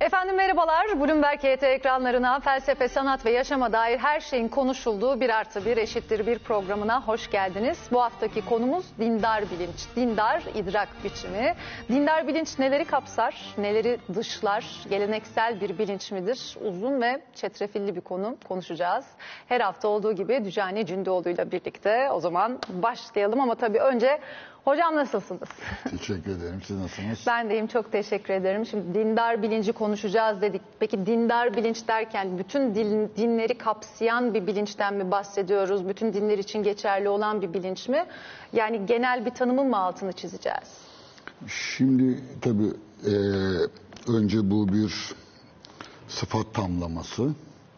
Efendim merhabalar. Bloomberg HT ekranlarına felsefe, sanat ve yaşama dair her şeyin konuşulduğu 1+1 = 1 programına hoş geldiniz. Bu haftaki konumuz dindar bilinç, dindar idrak biçimi. Dindar bilinç neleri kapsar, neleri dışlar, geleneksel bir bilinç midir? Uzun ve çetrefilli bir konu konuşacağız. Her hafta olduğu gibi Dücani Cündoğlu'yla birlikte. O zaman başlayalım ama tabii önce... Hocam nasılsınız? Teşekkür ederim. Siz nasılsınız? Ben deyim, çok teşekkür ederim. Şimdi dindar bilinci konuşacağız dedik. Peki dindar bilinç derken bütün dinleri kapsayan bir bilinçten mi bahsediyoruz? Bütün dinler için geçerli olan bir bilinç mi? Yani genel bir tanımın mı altını çizeceğiz? Şimdi tabii önce bu bir sıfat tamlaması.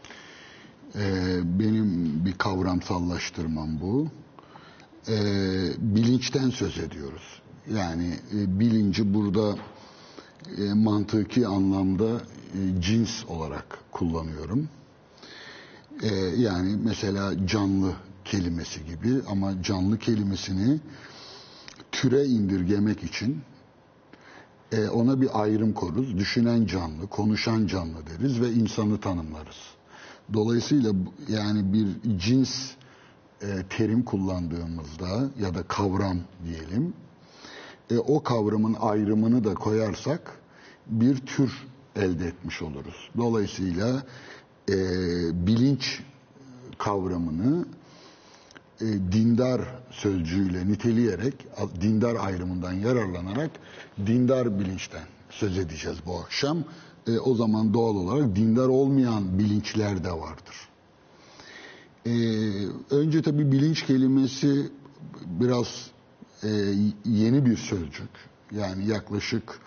Benim bir kavramsallaştırmam bu. Bilinçten söz ediyoruz. Yani bilinci burada mantıki anlamda cins olarak kullanıyorum. Yani mesela canlı kelimesi gibi, ama canlı kelimesini türe indirgemek için ona bir ayrım koruz. Düşünen canlı, konuşan canlı deriz ve insanı tanımlarız. Dolayısıyla yani bir cins terim kullandığımızda ya da kavram diyelim, o kavramın ayrımını da koyarsak bir tür elde etmiş oluruz. Dolayısıyla bilinç kavramını dindar sözcüğüyle niteleyerek, dindar ayrımından yararlanarak dindar bilinçten söz edeceğiz bu akşam. O zaman doğal olarak dindar olmayan bilinçler de vardır. Önce tabii bilinç kelimesi biraz yeni bir sözcük. Yani yaklaşık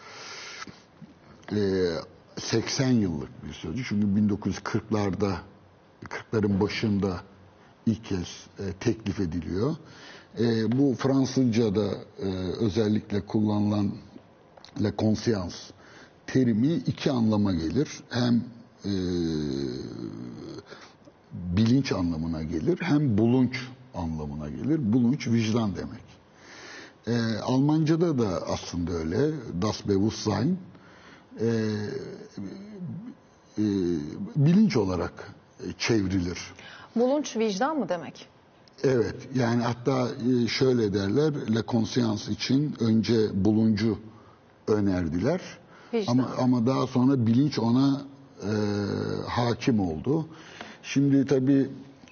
80 yıllık bir sözcük. Çünkü 1940'ların başında ilk kez teklif ediliyor. Bu Fransızca'da özellikle kullanılan la conscience terimi iki anlama gelir. Hem bilinç anlamına gelir, hem bulunç anlamına gelir. Bulunç vicdan demek. Almanca'da da aslında öyle. Das Bewusstsein bilinç olarak çevrilir. Bulunç vicdan mı demek? Evet, yani hatta şöyle derler, la conscience için önce buluncu önerdiler. Ama daha sonra bilinç ona hakim oldu. Şimdi tabii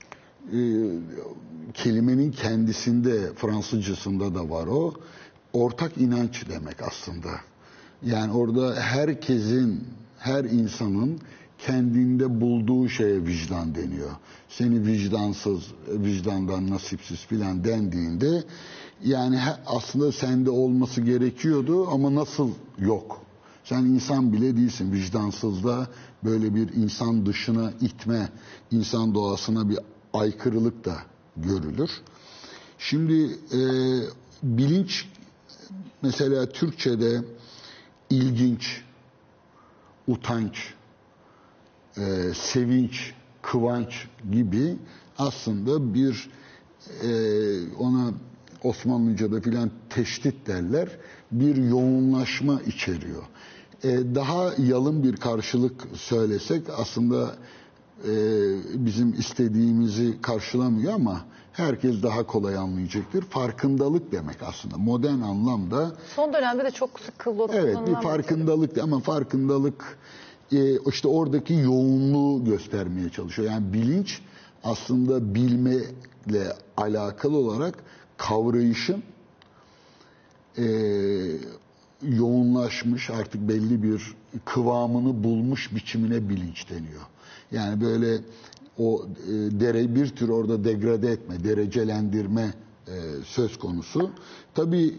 kelimenin kendisinde, Fransızcasında da var o. Ortak inanç demek aslında. Yani orada herkesin, her insanın kendinde bulduğu şeye vicdan deniyor. Seni vicdansız, vicdandan nasipsiz filan dendiğinde, yani aslında sende olması gerekiyordu ama nasıl yok? Sen insan bile değilsin. Vicdansızda böyle bir insan dışına itme, insan doğasına bir aykırılık da görülür. Şimdi bilinç mesela Türkçe'de ilginç, utanç, sevinç, kıvanç gibi aslında bir ona Osmanlıca'da filan teşdit derler, bir yoğunlaşma içeriyor. Daha yalın bir karşılık söylesek aslında bizim istediğimizi karşılamıyor ama herkes daha kolay anlayacaktır. Farkındalık demek aslında. Modern anlamda. Son dönemde de çok sık kullanılan. Evet, bir farkındalık ama farkındalık işte oradaki yoğunluğu göstermeye çalışıyor. Yani bilinç aslında bilmeyle alakalı olarak kavrayışın yoğunlaşmış, artık belli bir kıvamını bulmuş biçimine bilinç deniyor. Yani böyle o bir tür orada degrade etme, derecelendirme söz konusu. Tabii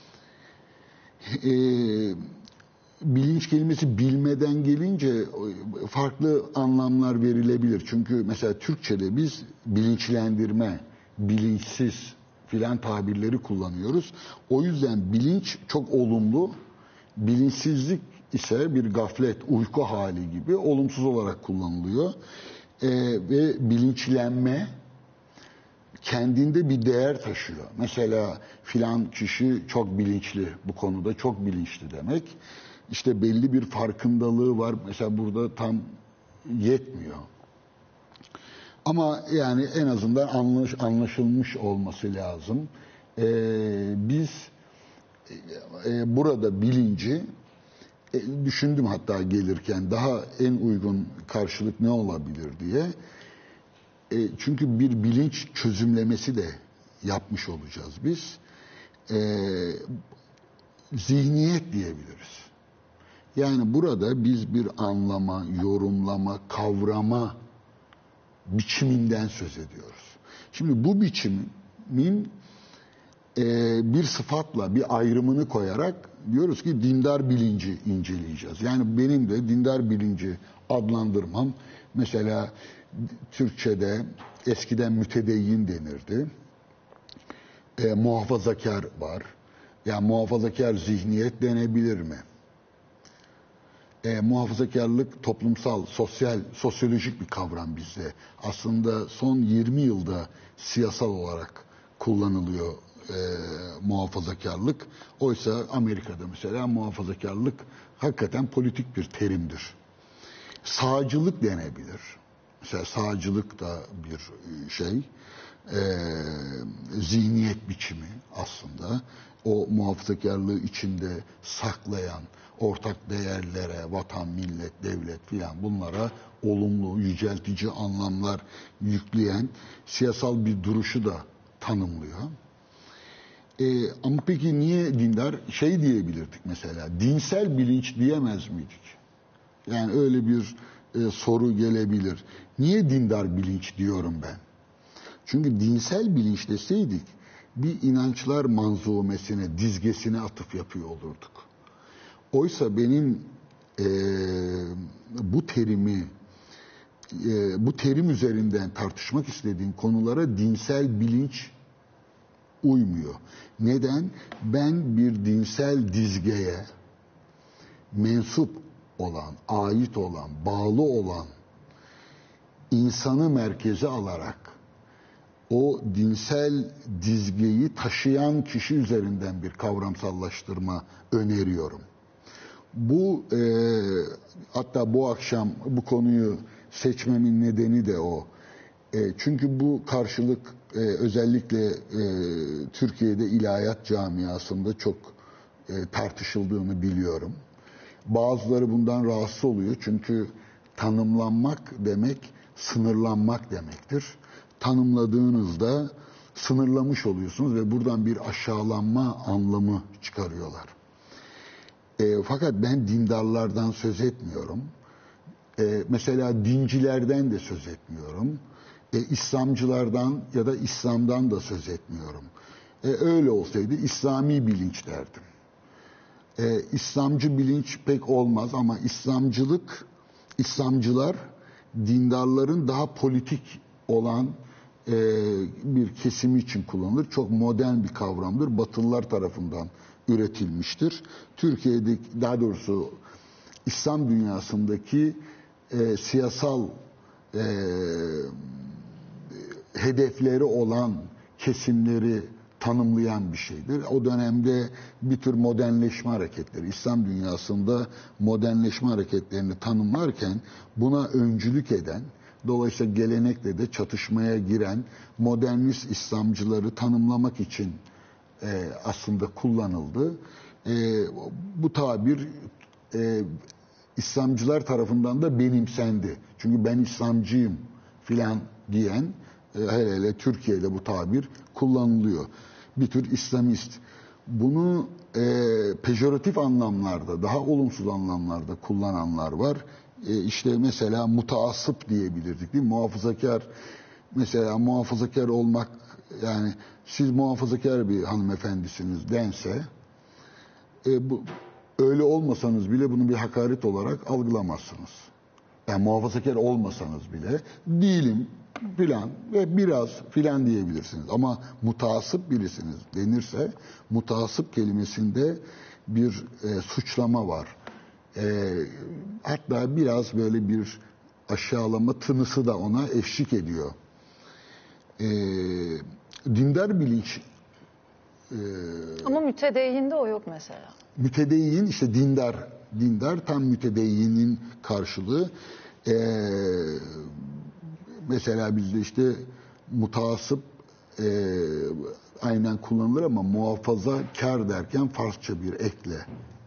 bilinç kelimesi bilmeden gelince farklı anlamlar verilebilir. Çünkü mesela Türkçe'de biz bilinçlendirme, bilinçsiz filan tabirleri kullanıyoruz. O yüzden bilinç çok olumlu, bilinçsizlik ise bir gaflet, uyku hali gibi olumsuz olarak kullanılıyor. Ve bilinçlenme kendinde bir değer taşıyor. Mesela filan kişi çok bilinçli, bu konuda çok bilinçli demek. işte belli bir farkındalığı var. Mesela burada tam yetmiyor. Ama yani en azından anlaşılmış olması lazım. Biz burada bilinci düşündüm hatta gelirken daha en uygun karşılık ne olabilir diye. Çünkü bir bilinç çözümlemesi de yapmış olacağız biz. Zihniyet diyebiliriz. Yani burada biz bir anlama, yorumlama, kavrama biçiminden söz ediyoruz. Şimdi bu biçimin bir sıfatla bir ayrımını koyarak diyoruz ki dindar bilinci inceleyeceğiz. Yani benim de dindar bilinci adlandırmam mesela Türkçe'de eskiden mütedeyyin denirdi. Muhafazakar var. Yani muhafazakar zihniyet denebilir mi? Muhafazakarlık toplumsal, sosyolojik bir kavram bizde. Aslında son 20 yılda siyasal olarak kullanılıyor muhafazakarlık. Oysa Amerika'da mesela muhafazakarlık hakikaten politik bir terimdir. Sağcılık denebilir. Mesela sağcılık da bir şey. Zihniyet biçimi aslında. O muhafazakarlığı içinde saklayan, ortak değerlere, vatan, millet, devlet filan bunlara olumlu, yüceltici anlamlar yükleyen siyasal bir duruşu da tanımlıyor. Ama peki niye dindar? Şey diyebilirdik mesela, dinsel bilinç diyemez miydik? Yani öyle bir soru gelebilir. Niye dindar bilinç diyorum ben? Çünkü dinsel bilinç deseydik bir inançlar manzumesine, dizgesine atıf yapıyor olurduk. Oysa benim bu terim üzerinden tartışmak istediğim konulara dinsel bilinç uymuyor. Neden? Ben bir dinsel dizgeye mensup olan, ait olan, bağlı olan insanı merkeze alarak o dinsel dizgeyi taşıyan kişi üzerinden bir kavramsallaştırma öneriyorum. Bu hatta bu akşam bu konuyu seçmemin nedeni de o. Çünkü bu karşılık özellikle Türkiye'de ilahiyat camiasında çok tartışıldığını biliyorum. Bazıları bundan rahatsız oluyor çünkü tanımlanmak demek sınırlanmak demektir. Tanımladığınızda sınırlamış oluyorsunuz ve buradan bir aşağılanma anlamı çıkarıyorlar. Fakat ben dindarlardan söz etmiyorum. Mesela dincilerden de söz etmiyorum. İslamcılardan ya da İslam'dan da söz etmiyorum. Öyle olsaydı İslami bilinç derdim. İslamcı bilinç pek olmaz ama İslamcılar dindarların daha politik olan bir kesimi için kullanılır. Çok modern bir kavramdır. Batılılar tarafından üretilmiştir. Türkiye'deki, daha doğrusu İslam dünyasındaki siyasal hedefleri olan kesimleri tanımlayan bir şeydir. O dönemde bir tür modernleşme hareketleri, İslam dünyasında modernleşme hareketlerini tanımlarken buna öncülük eden, dolayısıyla gelenekle de çatışmaya giren modernist İslamcıları tanımlamak için aslında kullanıldı. Bu tabir İslamcılar tarafından da benimsendi. Çünkü ben İslamcıyım filan diyen, hele hele Türkiye'de bu tabir kullanılıyor. Bir tür İslamist. Bunu pejoratif anlamlarda, daha olumsuz anlamlarda kullananlar var. İşte mesela mutaassıp diyebilirdik değil mi? Muhafazakar, mesela muhafazakar olmak, yani siz muhafazakar bir hanımefendisiniz dense, öyle olmasanız bile bunu bir hakaret olarak algılamazsınız. Yani muhafazakar olmasanız bile değilim filan ve biraz filan diyebilirsiniz. Ama mutaassıp birisiniz denirse, mutaassıp kelimesinde bir suçlama var. Hatta biraz böyle bir aşağılama tınısı da ona eşlik ediyor. Dindar bilinç ama mütedeyyinde o yok mesela. mütedeyyin işte dindar Dindar tam mütedeyyinin karşılığı. Mesela bizde işte mutasip aynen kullanılır ama muhafazakar derken Farsça bir ekle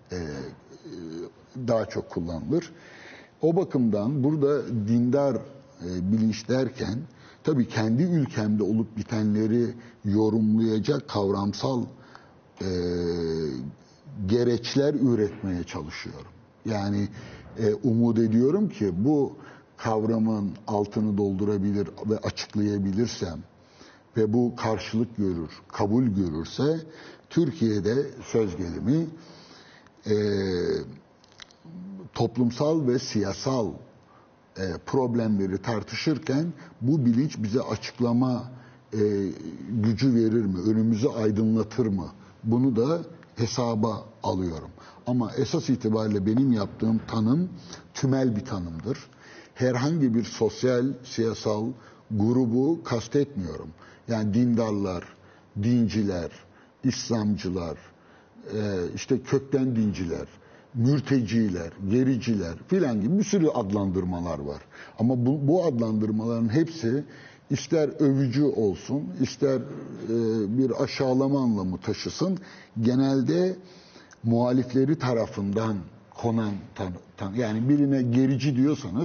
daha çok kullanılır. O bakımdan burada dindar bilinç derken tabii kendi ülkemde olup bitenleri yorumlayacak kavramsal gereçler üretmeye çalışıyorum. Yani umut ediyorum ki bu kavramın altını doldurabilir ve açıklayabilirsem ve bu karşılık görür, kabul görürse Türkiye'de söz gelimi toplumsal ve siyasal problemleri tartışırken bu bilinç bize açıklama gücü verir mi, önümüzü aydınlatır mı? Bunu da hesaba alıyorum. Ama esas itibariyle benim yaptığım tanım tümel bir tanımdır. Herhangi bir sosyal, siyasal grubu kastetmiyorum. Yani dindarlar, dinciler, İslamcılar, işte kökten dinciler, mürteciler, gericiler filan gibi bir sürü adlandırmalar var. Ama bu adlandırmaların hepsi ister övücü olsun, ister bir aşağılama anlamı taşısın, genelde muhalifleri tarafından konan yani birine gerici diyorsanız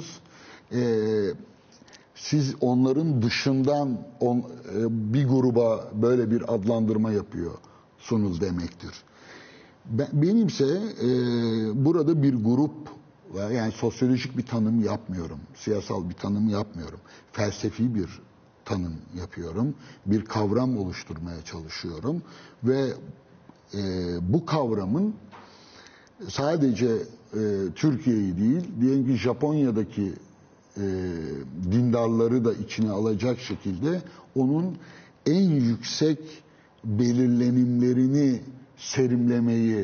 siz onların dışından bir gruba böyle bir adlandırma yapıyorsunuz demektir. Benimse burada bir grup, yani sosyolojik bir tanım yapmıyorum, siyasal bir tanım yapmıyorum, felsefi bir tanım yapıyorum, bir kavram oluşturmaya çalışıyorum ve bu kavramın sadece Türkiye'yi değil, diyelim ki Japonya'daki dindarları da içine alacak şekilde onun en yüksek belirlenimlerini serimlemeyi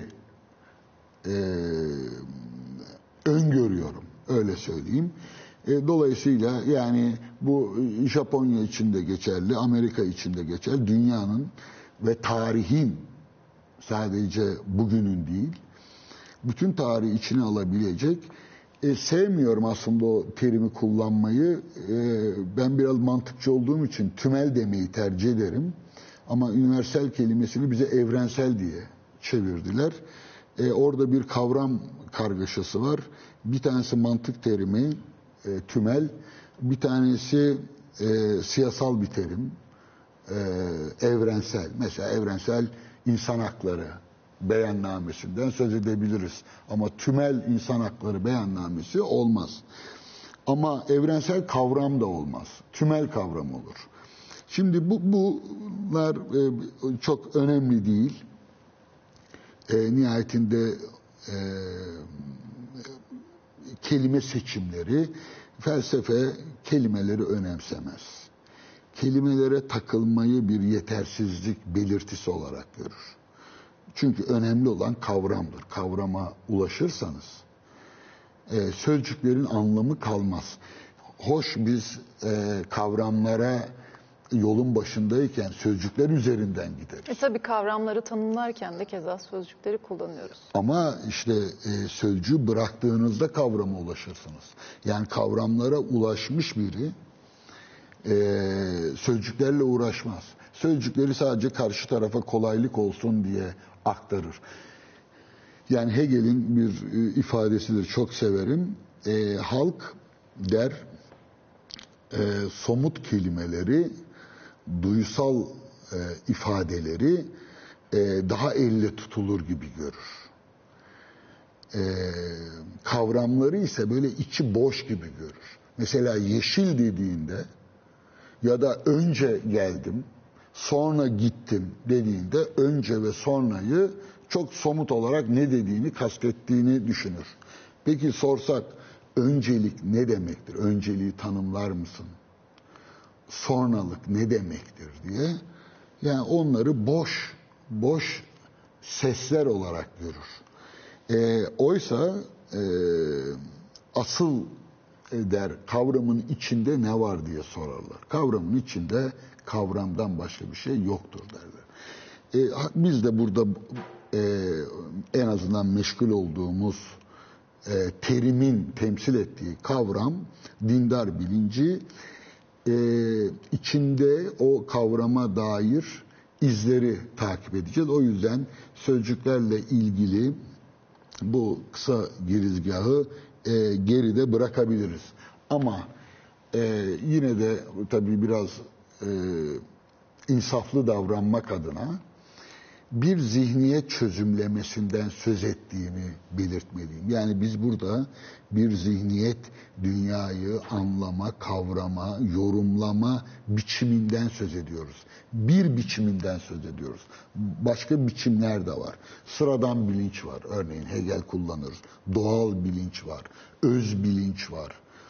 öngörüyorum, öyle söyleyeyim. Dolayısıyla yani bu Japonya için de geçerli, Amerika için de geçerli, dünyanın ve tarihin, sadece bugünün değil, bütün tarihi içine alabilecek. Sevmiyorum aslında o terimi kullanmayı. Ben biraz mantıkçı olduğum için tümel demeyi tercih ederim. Ama universal kelimesini bize evrensel diye çevirdiler. Orada bir kavram kargaşası var. Bir tanesi mantık terimi, tümel. Bir tanesi siyasal bir terim, evrensel. Mesela evrensel insan hakları beyannamesinden söz edebiliriz. Ama tümel insan hakları beyannamesi olmaz. Ama evrensel kavram da olmaz. Tümel kavram olur. Şimdi bunlar çok önemli değil. Nihayetinde kelime seçimleri, felsefe kelimeleri önemsemez. Kelimelere takılmayı bir yetersizlik belirtisi olarak görür. Çünkü önemli olan kavramdır. Kavrama ulaşırsanız sözcüklerin anlamı kalmaz. Hoş biz kavramlara yolun başındayken sözcükler üzerinden gideriz. Tabii kavramları tanımlarken de keza sözcükleri kullanıyoruz. Ama işte sözcüğü bıraktığınızda kavrama ulaşırsınız. Yani kavramlara ulaşmış biri sözcüklerle uğraşmaz. Sözcükleri sadece karşı tarafa kolaylık olsun diye aktarır. Yani Hegel'in bir ifadesidir, çok severim. Halk der, somut kelimeleri, duysal ifadeleri daha elle tutulur gibi görür. Kavramları ise böyle içi boş gibi görür. Mesela yeşil dediğinde ya da önce geldim, sonra gittim dediğinde önce ve sonrayı çok somut olarak ne dediğini, kastettiğini düşünür. Peki sorsak öncelik ne demektir? Önceliği tanımlar mısın? Sonralık ne demektir diye. Yani onları boş sesler olarak görür. Oysa asıl der kavramın içinde ne var diye sorarlar. Kavramın içinde kavramdan başka bir şey yoktur derler. Biz de burada en azından meşgul olduğumuz terimin temsil ettiği kavram dindar bilinci, içinde o kavrama dair izleri takip edeceğiz. O yüzden sözcüklerle ilgili bu kısa girizgahı geride bırakabiliriz. Ama yine de tabii biraz insaflı davranmak adına bir zihniyet çözümlemesinden söz ettiğimi belirtmeliyim. Yani biz burada bir zihniyet, dünyayı anlama, kavrama, yorumlama biçiminden söz ediyoruz. Bir biçiminden söz ediyoruz. Başka biçimler de var. Sıradan bilinç var. Örneğin Hegel kullanır. Doğal bilinç var. Öz bilinç var.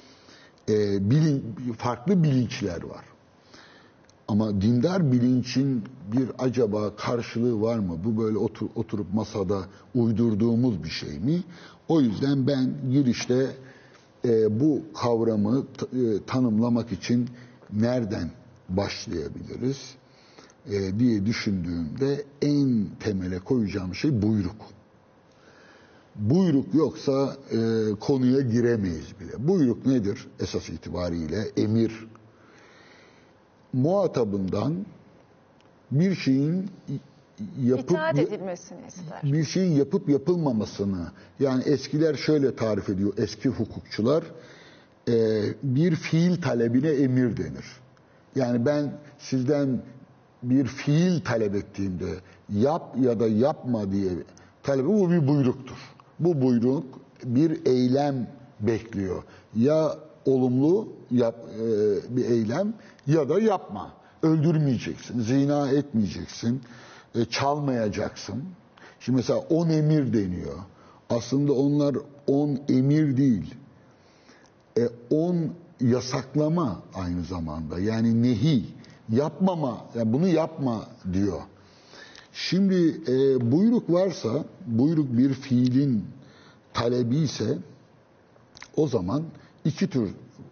Farklı bilinçler var. Ama dindar bilincin bir acaba karşılığı var mı? Bu böyle oturup masada uydurduğumuz bir şey mi? O yüzden ben girişte bu kavramı tanımlamak için nereden başlayabiliriz diye düşündüğümde en temele koyacağım şey buyruk. Buyruk yoksa konuya giremeyiz bile. Buyruk nedir? Esas itibariyle emir. Muhatabından bir şeyin İtaat edilmesini ister. Bir şeyin yapıp yapılmamasını, yani eskiler şöyle tarif ediyor, eski hukukçular, bir fiil talebine emir denir. Yani ben sizden bir fiil talep ettiğimde yap ya da yapma diye talep, bu bir buyruktur. Bu buyruk bir eylem bekliyor. Ya olumlu bir eylem ya da yapma. Öldürmeyeceksin, zina etmeyeceksin, çalmayacaksın. Şimdi mesela 10 emir deniyor. Aslında onlar 10 emir değil. 10 yasaklama aynı zamanda. Yani nehi, yapmama, yani bunu yapma diyor. Şimdi buyruk varsa, buyruk bir fiilin talebi ise o zaman iki tür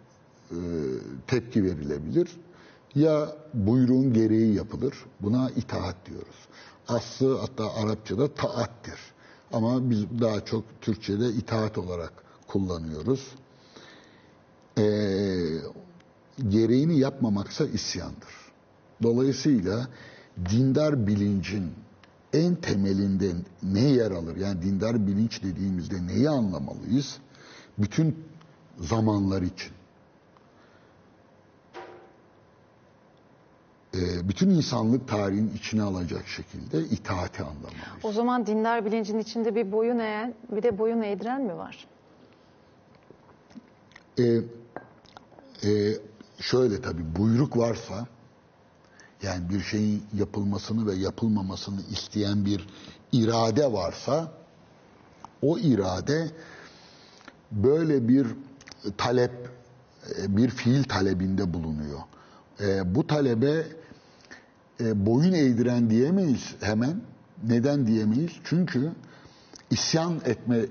tepki verilebilir. Ya buyruğun gereği yapılır. Buna itaat diyoruz. Aslı hatta Arapçada taattir. Ama biz daha çok Türkçe'de itaat olarak kullanıyoruz. Gereğini yapmamaksa isyandır. Dolayısıyla dindar bilincin en temelinde ne yer alır? Yani dindar bilinç dediğimizde neyi anlamalıyız? Bütün zamanlar için. Bütün insanlık tarihinin içine alacak şekilde itaati anlamalıyız. O zaman dindar bilincin içinde bir boyun eğen, bir de boyun eğdiren mi var? Şöyle tabii, buyruk varsa, yani bir şeyin yapılmasını ve yapılmamasını isteyen bir irade varsa, o irade böyle bir talep, bir fiil talebinde bulunuyor. Bu talebe boyun eğdiren diyemeyiz hemen. Neden diyemeyiz? Çünkü isyan etme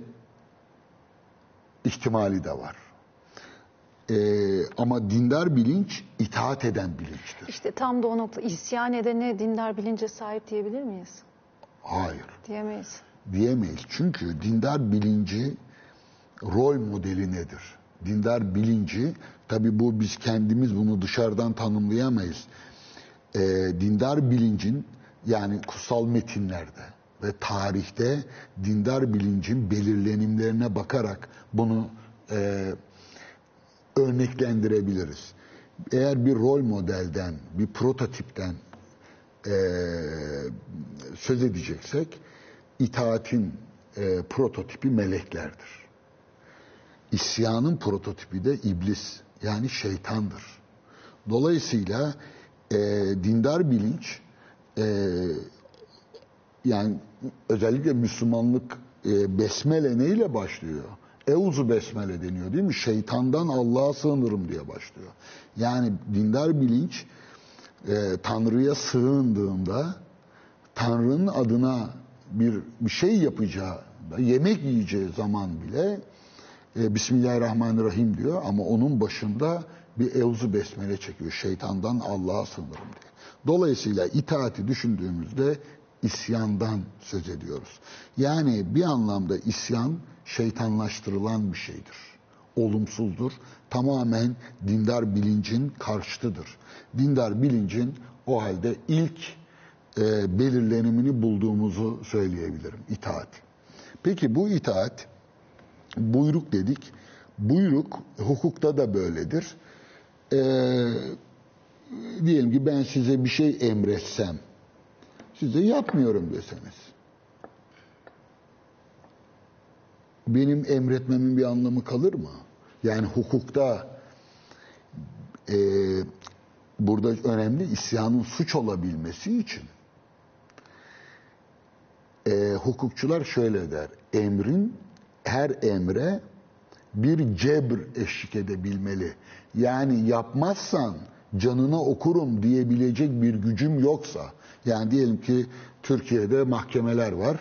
ihtimali de var. Ama dindar bilinç itaat eden bilinçtir. İşte tam da o nokta. İsyan edene dindar bilince sahip diyebilir miyiz? Hayır. Diyemeyiz. Diyemeyiz. Çünkü dindar bilinci rol modeli nedir? Dindar bilinci, tabii bu biz kendimiz bunu dışarıdan tanımlayamayız. Dindar bilincin, yani kutsal metinlerde ve tarihte dindar bilincin belirlenimlerine bakarak bunu örneklendirebiliriz. Eğer bir rol modelden, bir prototipten söz edeceksek, itaatin prototipi meleklerdir. İsyanın prototipi de iblis, yani şeytandır. Dolayısıyla dindar bilinç, yani özellikle Müslümanlık besmele neyle başlıyor? Euzu besmele deniyor değil mi? Şeytandan Allah'a sığınırım diye başlıyor. Yani dindar bilinç Tanrı'ya sığındığında, Tanrı'nın adına bir şey yapacağında, yemek yiyeceği zaman bile Bismillahirrahmanirrahim diyor, ama onun başında bir Euzu besmele çekiyor. Şeytandan Allah'a sığınırım diye. Dolayısıyla itaati düşündüğümüzde isyandan söz ediyoruz. Yani bir anlamda isyan şeytanlaştırılan bir şeydir. Olumsuzdur. Tamamen dindar bilincin karşıtıdır. Dindar bilincin o halde ilk belirlenimini bulduğumuzu söyleyebilirim. İtaat. Peki bu itaat, buyruk dedik. Buyruk hukukta da böyledir. Diyelim ki ben size bir şey emretsem, size yapmıyorum deseniz, benim emretmemin bir anlamı kalır mı? Yani hukukta burada önemli isyanın suç olabilmesi için hukukçular şöyle der: her emre bir cebr eşlik edebilmeli. Yani yapmazsan canına okurum diyebilecek bir gücüm yoksa, yani diyelim ki Türkiye'de mahkemeler var,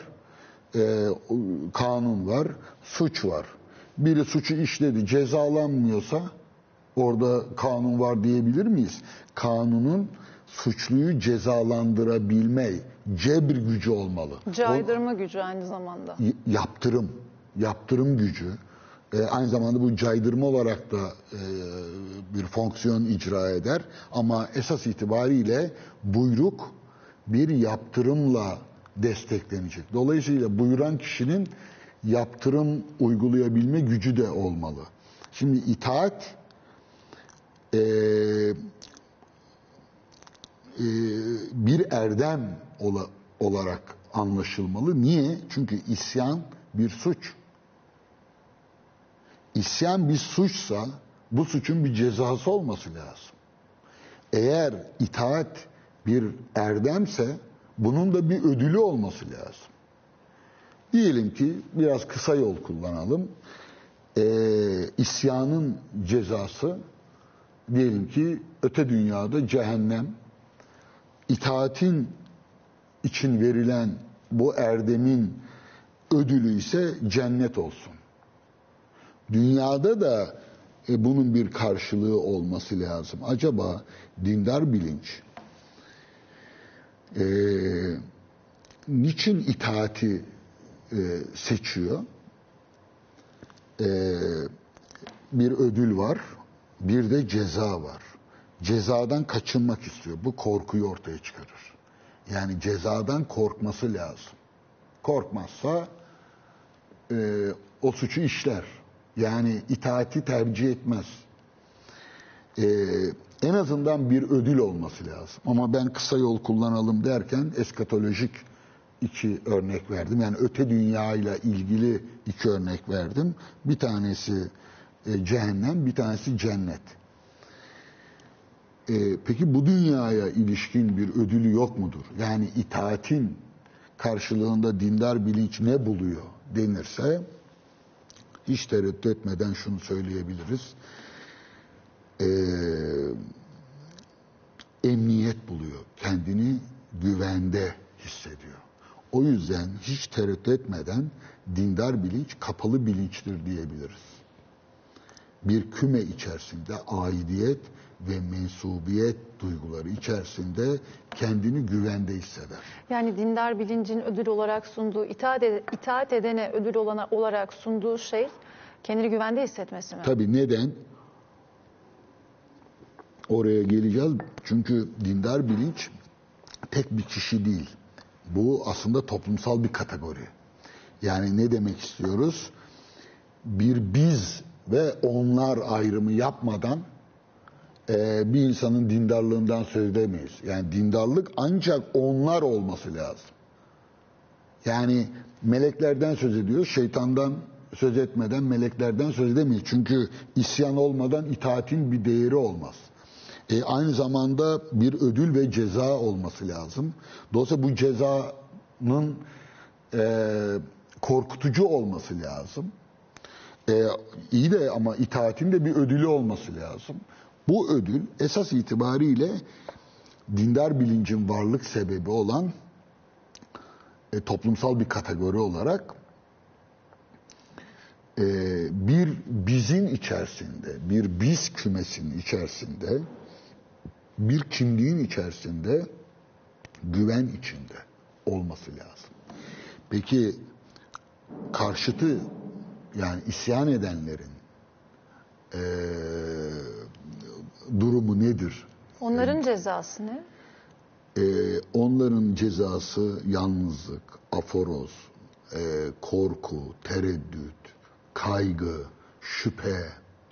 kanun var, suç var. Biri suçu işledi, cezalanmıyorsa orada kanun var diyebilir miyiz? Kanunun suçluyu cezalandırabilme, cebr gücü olmalı. Caydırma gücü aynı zamanda. Yaptırım gücü. Aynı zamanda bu caydırma olarak da bir fonksiyon icra eder. Ama esas itibariyle buyruk bir yaptırımla desteklenecek. Dolayısıyla buyuran kişinin yaptırım uygulayabilme gücü de olmalı. Şimdi itaat bir erdem olarak anlaşılmalı. Niye? Çünkü isyan bir suç. İsyan bir suçsa bu suçun bir cezası olması lazım. Eğer itaat bir erdemse bunun da bir ödülü olması lazım. Diyelim ki biraz kısa yol kullanalım. İsyanın cezası diyelim ki öte dünyada cehennem, itaatin için verilen bu erdemin ödülü ise cennet olsun. Dünyada da bunun bir karşılığı olması lazım. Acaba dindar bilinç niçin itaati seçiyor? Bir ödül var, bir de ceza var. Cezadan kaçınmak istiyor. Bu korkuyu ortaya çıkarır. Yani cezadan korkması lazım. Korkmazsa o suçu işler. Yani itaati tercih etmez. En azından bir ödül olması lazım. Ama ben kısa yol kullanalım derken eskatolojik iki örnek verdim. Yani öte dünyayla ilgili iki örnek verdim. Bir tanesi cehennem, bir tanesi cennet. Peki bu dünyaya ilişkin bir ödülü yok mudur? Yani itaatin karşılığında dindar bilinç ne buluyor denirse, hiç tereddüt etmeden şunu söyleyebiliriz. Emniyet buluyor. Kendini güvende hissediyor. O yüzden hiç tereddüt etmeden dindar bilinç kapalı bilinçtir diyebiliriz. Bir küme içerisinde aidiyet ve mensubiyet duyguları içerisinde kendini güvende hisseder. Yani dindar bilincin ödül olarak sunduğu, itaat edene ödül olarak sunduğu şey kendini güvende hissetmesi mi? Tabii, neden? Oraya geleceğiz. Çünkü dindar bilinç tek bir kişi değil. Bu aslında toplumsal bir kategori. Yani ne demek istiyoruz? Bir biz ve onlar ayrımı yapmadan bir insanın dindarlığından söz edemeyiz. Yani dindarlık ancak onlar olması lazım. Yani meleklerden söz ediyoruz, şeytandan söz etmeden meleklerden söz edemeyiz. Çünkü isyan olmadan itaatin bir değeri olmaz. Aynı zamanda bir ödül ve ceza olması lazım. Dolayısıyla bu cezanın korkutucu olması lazım. İyi de ama itaatin de bir ödülü olması lazım. Bu ödül esas itibariyle dindar bilincin varlık sebebi olan toplumsal bir kategori olarak bir bizin içerisinde, bir biz kümesinin içerisinde, bir kimliğin içerisinde, güven içinde olması lazım. Peki karşıtı, yani isyan edenlerin durumu nedir? Onların cezası ne? Onların cezası yalnızlık, aforoz, korku, tereddüt, kaygı, şüphe.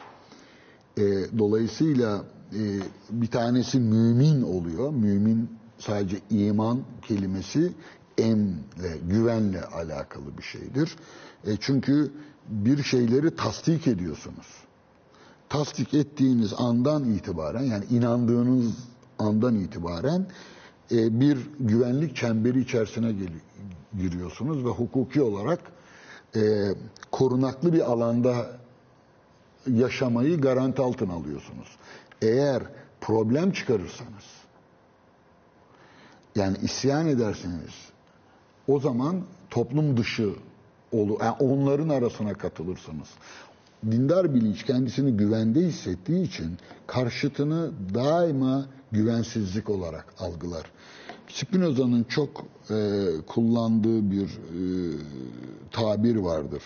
Dolayısıyla bir tanesi mümin oluyor. Mümin sadece iman kelimesi emle, güvenle alakalı bir şeydir. Çünkü bir şeyleri tasdik ediyorsunuz. Tasdik ettiğiniz andan itibaren, yani inandığınız andan itibaren bir güvenlik çemberi içerisine giriyorsunuz ve hukuki olarak korunaklı bir alanda yaşamayı garanti altına alıyorsunuz. Eğer problem çıkarırsanız, yani isyan ederseniz, o zaman toplum dışı olur, yani onların arasına katılırsınız. Dindar bilinç kendisini güvende hissettiği için karşıtını daima güvensizlik olarak algılar. Spinoza'nın çok kullandığı bir tabir vardır.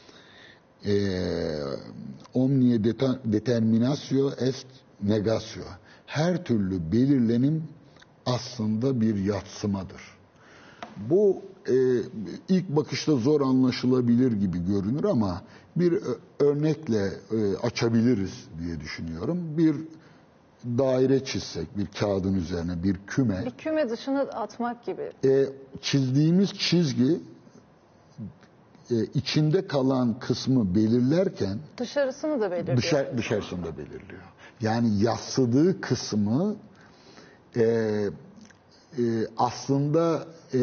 Omnia determinatio est negatio. Her türlü belirlenim aslında bir yadsımadır. Bu ilk bakışta zor anlaşılabilir gibi görünür ama bir örnekle açabiliriz diye düşünüyorum. Bir daire çizsek, bir kağıdın üzerine bir küme. Bir küme dışına atmak gibi. Çizdiğimiz çizgi içinde kalan kısmı belirlerken Dışarısını da belirliyor. dışarısını da belirliyor. Yani yassıdığı kısmı aslında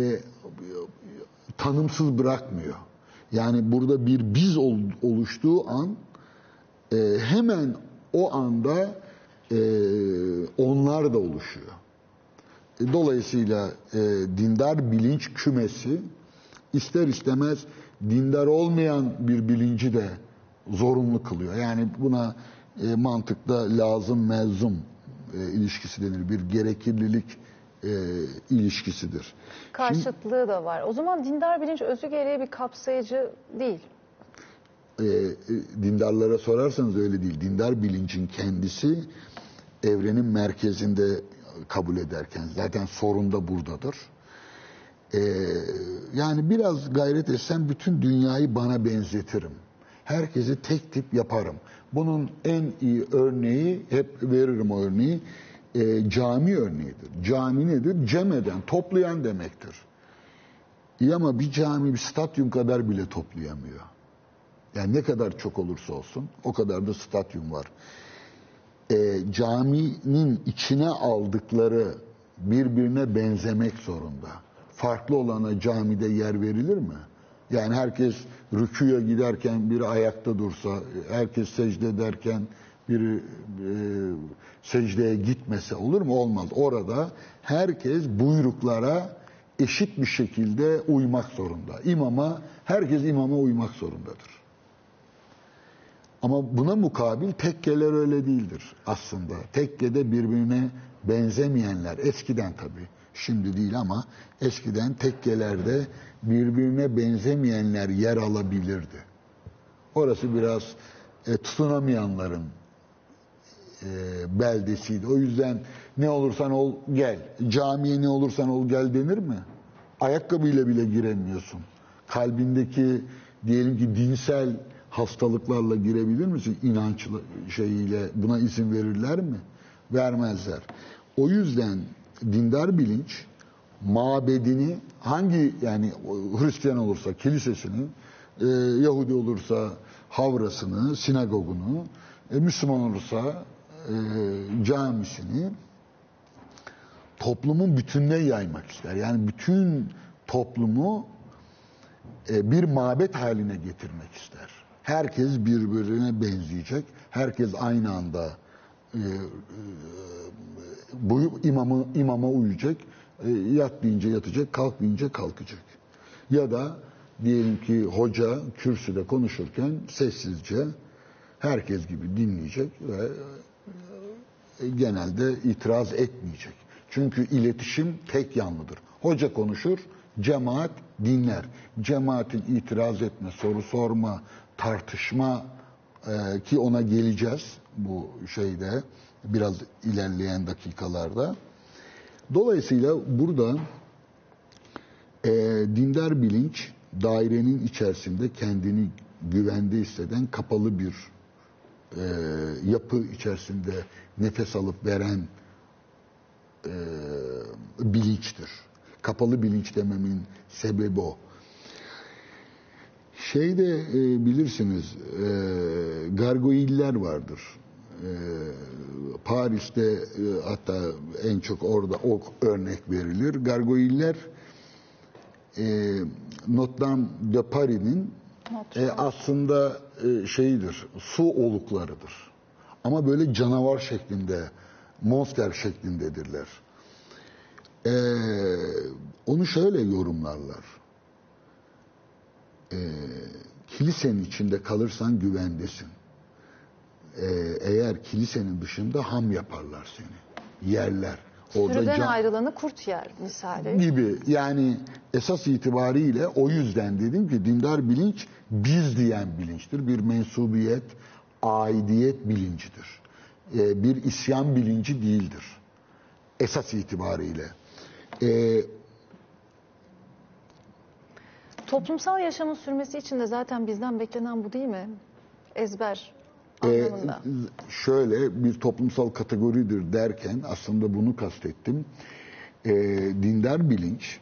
tanımsız bırakmıyor. Yani burada bir biz oluştuğu an hemen o anda onlar da oluşuyor. Dolayısıyla dindar bilinç kümesi ister istemez dindar olmayan bir bilinci de zorunlu kılıyor. Yani buna mantıkta lazım melzum ilişkisi denir. Bir gereklilik ilişkisidir. Karşıtlığı da var. O zaman dindar bilinç özü gereği bir kapsayıcı değil. Dindarlara sorarsanız öyle değil. Dindar bilincin kendisi evrenin merkezinde kabul ederken zaten sorun da buradadır. Yani biraz gayret etsem bütün dünyayı bana benzetirim. Herkesi tek tip yaparım. Bunun en iyi örneği, hep veririm o örneği, cami örneğidir. Cami nedir? Cem eden, toplayan demektir. İyi ama bir cami bir stadyum kadar bile toplayamıyor. Yani ne kadar çok olursa olsun o kadar da stadyum var. Caminin içine aldıkları birbirine benzemek zorunda. Farklı olana camide yer verilir mi? Yani herkes rüküye giderken biri ayakta dursa, herkes secde ederken biri secdeye gitmese olur mu? Olmaz. Orada herkes buyruklara eşit bir şekilde uymak zorunda. Herkes imama uymak zorundadır. Ama buna mukabil tekkeler öyle değildir aslında. Tekkede birbirine benzemeyenler, eskiden tabii, şimdi değil ama eskiden tekkelerde birbirine benzemeyenler yer alabilirdi. Orası biraz tutunamayanların beldesiydi. O yüzden ne olursan ol gel, camiye ne olursan ol gel denir mi? Ayakkabıyla bile giremiyorsun. Kalbindeki diyelim ki dinsel hastalıklarla girebilir misin? İnanç şeyiyle buna izin verirler mi? Vermezler. O yüzden dindar bilinç mabedini hangi, yani Hristiyan olursa kilisesini, Yahudi olursa havrasını, sinagogunu, Müslüman olursa camisini toplumun bütününe yaymak ister. Yani bütün toplumu bir mabet haline getirmek ister. Herkes birbirine benzeyecek. Herkes aynı anda bu imama uyacak. Yat deyince yatacak, kalk deyince kalkacak. Ya da diyelim ki hoca kürsüde konuşurken sessizce herkes gibi dinleyecek ve genelde itiraz etmeyecek. Çünkü iletişim tek yanlıdır. Hoca konuşur, Cemaat dinler. Cemaatin itiraz etme, soru sorma, tartışma ki ona geleceğiz bu şeyde biraz ilerleyen dakikalarda. Dolayısıyla burada dindar bilinç dairenin içerisinde kendini güvende hisseden kapalı bir yapı içerisinde nefes alıp veren bilinçtir. Kapalı bilinç dememin sebebi o. Şeyde bilirsiniz gargoyiller vardır. Paris'te hatta en çok orada o örnek verilir. Gargoyiller Notre Dame de Paris'in aslında şeyidir, su oluklarıdır. Ama böyle canavar şeklinde, monster şeklindedirler. Onu şöyle yorumlarlar. Kilisenin içinde kalırsan güvendesin. Eğer kilisenin dışında ham yaparlar seni. Yerler. Sürüden ayrılanı kurt yer misali. Gibi. Yani esas itibariyle o yüzden dedim ki dindar bilinç biz diyen bilinçtir. Bir mensubiyet, aidiyet bilincidir. Bir isyan bilinci değildir. Esas itibariyle. Toplumsal yaşamın sürmesi için de zaten bizden beklenen bu değil mi? Ezber anlamında. Şöyle bir toplumsal kategoridir derken aslında bunu kastettim. Dindar bilinç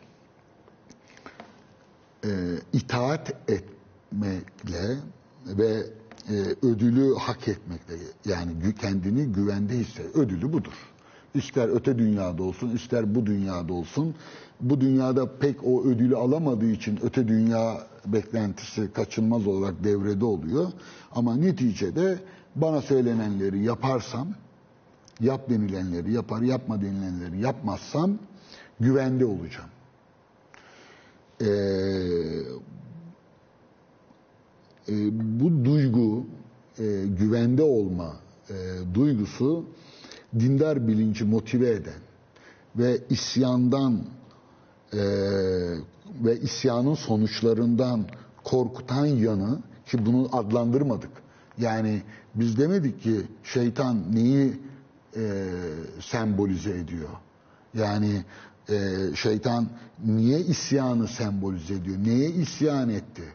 itaat etmekle ve ödülü hak etmekle, yani kendini güvende ödülü budur. İster öte dünyada olsun, ister bu dünyada olsun. Bu dünyada pek o ödülü alamadığı için öte dünya beklentisi kaçınılmaz olarak devrede oluyor. Ama neticede bana söylenenleri yaparsam, yap denilenleri yapar, yapma denilenleri yapmazsam güvende olacağım. Bu duygu, güvende olma duygusu dindar bilinci motive eden ve isyandan ve isyanın sonuçlarından korkutan yanı, ki bunu adlandırmadık. Yani biz demedik ki şeytan neyi sembolize ediyor? Yani şeytan niye isyanı sembolize ediyor? Neye isyan etti?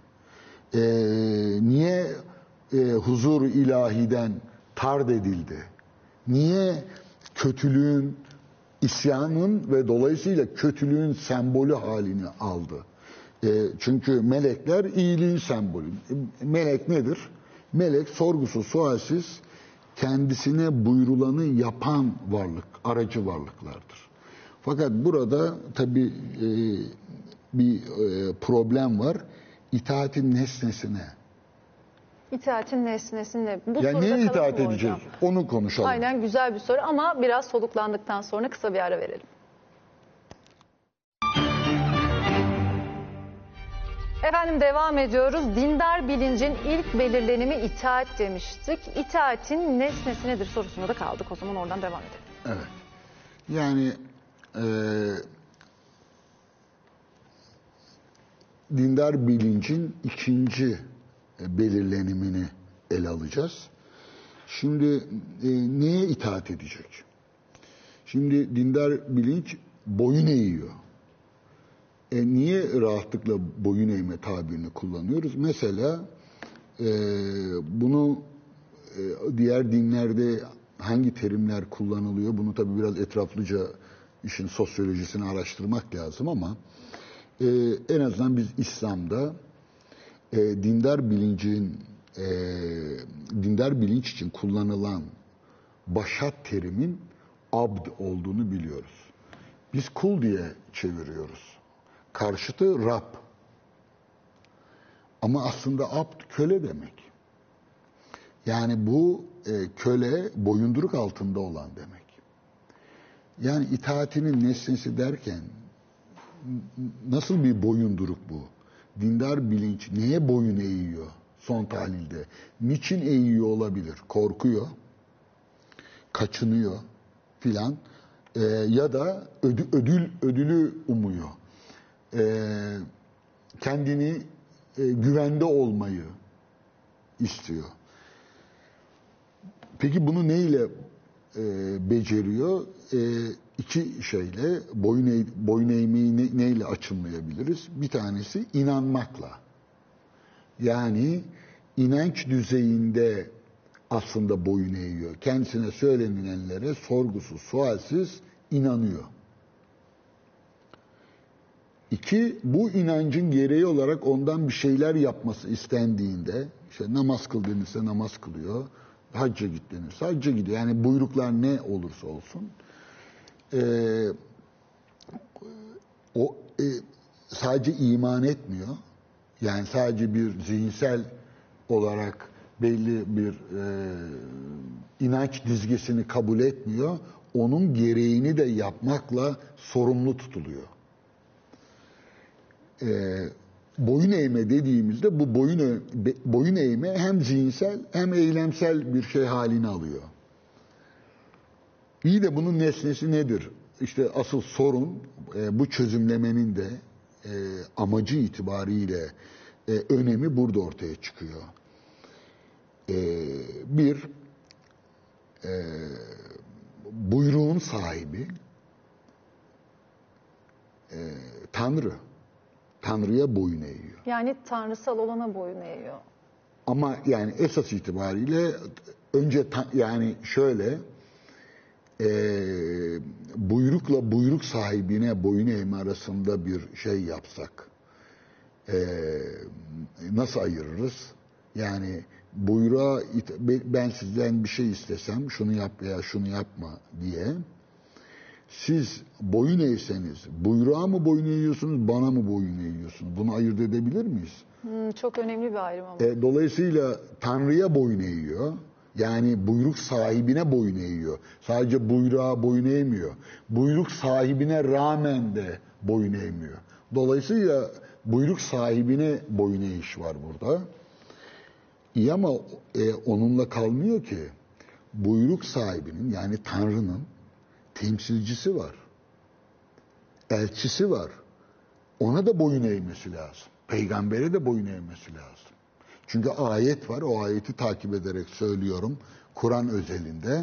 Niye huzur ilahiden tard edildi? Niye kötülüğün, isyanın ve dolayısıyla kötülüğün sembolü halini aldı? Çünkü melekler iyiliğin sembolü. Melek nedir? Melek sorgusuz, sualsiz kendisine buyurulanı yapan varlık, aracı varlıklardır. Fakat burada tabii bir problem var. İtaatin nesnesine. İtaatin nesnesine. Bu Yani neye itaat edeceğiz? Hocam? Onu konuşalım. Aynen, güzel bir soru ama biraz soluklandıktan sonra kısa bir ara verelim. Efendim devam ediyoruz. Dindar bilincin ilk belirlenimi itaat demiştik. İtaatin nesnesi nedir sorusunda da kaldık. O zaman oradan devam edelim. Evet. Yani dindar bilincin ikinci belirlenimini ele alacağız. Şimdi neye itaat edecek? Şimdi dindar bilinç boyun eğiyor. Niye rahatlıkla boyun eğme tabirini kullanıyoruz? Mesela bunu diğer dinlerde hangi terimler kullanılıyor? Bunu tabii biraz etraflıca işin sosyolojisini araştırmak lazım ama en azından biz İslam'da dindar bilinç için kullanılan başat terimin abd olduğunu biliyoruz. Biz kul diye çeviriyoruz. Karşıtı Rab. Ama aslında abd köle demek. Yani bu köle boyunduruk altında olan demek. Yani itaatinin nesnesi derken nasıl bir boyunduruk bu? Dindar bilinç neye boyun eğiyor son tahlilde? Niçin eğiyor olabilir? Korkuyor, kaçınıyor filan ya da ödülü umuyor. kendini güvende olmayı istiyor. Peki bunu neyle beceriyor? İki şeyle boyun eğmeyi neyle açımlayabiliriz? Bir tanesi inanmakla. Yani inanç düzeyinde aslında boyun eğiyor. Kendisine söylenilenlere sorgusuz, sualsiz inanıyor. İki, bu inancın gereği olarak ondan bir şeyler yapması istendiğinde, işte namaz kıl denirse namaz kılıyor, hacca git denirse hacca gidiyor. Yani buyruklar ne olursa olsun. Sadece iman etmiyor. Yani sadece bir zihinsel olarak belli bir inanç dizgesini kabul etmiyor. Onun gereğini de yapmakla sorumlu tutuluyor. Boyun eğme dediğimizde bu boyun eğme hem zihinsel hem eylemsel bir şey halini alıyor. İyi de bunun nesnesi nedir? İşte asıl sorun bu çözümlemenin de amacı itibariyle önemi burada ortaya çıkıyor. Bir, buyruğun sahibi Tanrı. Tanrı'ya boyun eğiyor. Yani tanrısal olana boyun eğiyor. Ama yani esas itibariyle önce yani şöyle buyrukla buyruk sahibine boyun eğme arasında bir şey yapsak nasıl ayırırız? Yani buyruğa ben sizden bir şey istesem şunu yap veya şunu yapma diye siz boyun eğseniz buyruğa mı boyun eğiyorsunuz, bana mı boyun eğiyorsunuz? Bunu ayırt edebilir miyiz? Çok önemli bir ayrım ama. Dolayısıyla Tanrı'ya boyun eğiyor. Yani buyruk sahibine boyun eğiyor. Sadece buyruğa boyun eğmiyor. Buyruk sahibine rağmen de boyun eğmiyor. Dolayısıyla buyruk sahibine boyun eğiş var burada. İyi ama onunla kalmıyor ki. Buyruk sahibinin yani Tanrı'nın temsilcisi var. Elçisi var. Ona da boyun eğmesi lazım. Peygambere de boyun eğmesi lazım. Çünkü ayet var. O ayeti takip ederek söylüyorum. Kur'an özelinde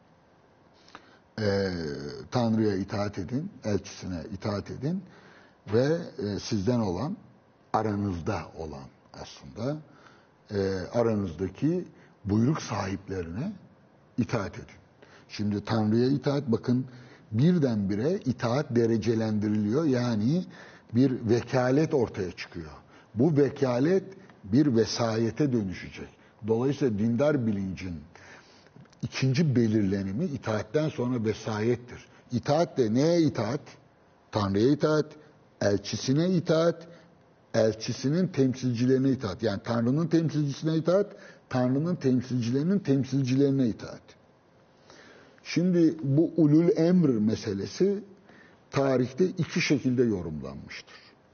Tanrı'ya itaat edin, elçisine itaat edin ve sizden olan, aranızda olan aslında aranızdaki buyruk sahiplerine itaat edin. Şimdi Tanrı'ya itaat, bakın birdenbire itaat derecelendiriliyor. Yani bir vekalet ortaya çıkıyor. Bu vekalet bir vesayete dönüşecek. Dolayısıyla dindar bilincin ikinci belirlenimi itaatten sonra vesayettir. İtaat de neye itaat? Tanrı'ya itaat, elçisine itaat, elçisinin temsilcilerine itaat. Yani Tanrı'nın temsilcisine itaat, Tanrı'nın temsilcilerinin temsilcilerine itaat. Şimdi bu ulul emr meselesi tarihte iki şekilde yorumlanmıştır.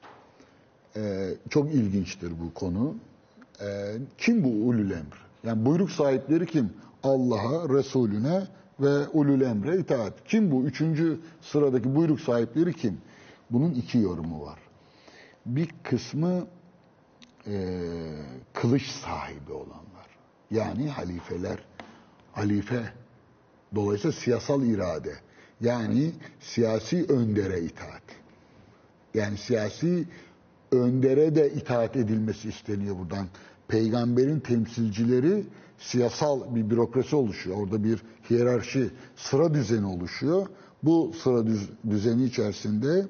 Çok ilginçtir bu konu. Kim bu ulul emr? Yani buyruk sahipleri kim? Allah'a, Resulüne ve ulul emre itaat. Kim bu? Üçüncü sıradaki buyruk sahipleri kim? Bunun iki yorumu var. Bir kısmı kılıç sahibi olanlar. Yani halifeler. Halife. Dolayısıyla siyasal irade. Yani siyasi öndere itaat. Yani siyasi öndere de itaat edilmesi isteniyor buradan. Peygamberin temsilcileri siyasal bir bürokrasi oluşuyor. Orada bir hiyerarşi, sıra düzeni oluşuyor. Bu sıra düzeni içerisinde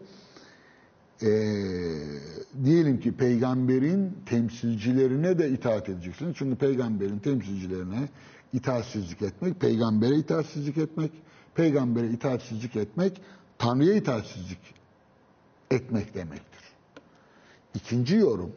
diyelim ki peygamberin temsilcilerine de itaat edeceksiniz. Çünkü peygamberin temsilcilerine itaatsizlik etmek, peygambere itaatsizlik etmek, peygambere itaatsizlik etmek, Tanrı'ya itaatsizlik etmek demektir. İkinci yorum,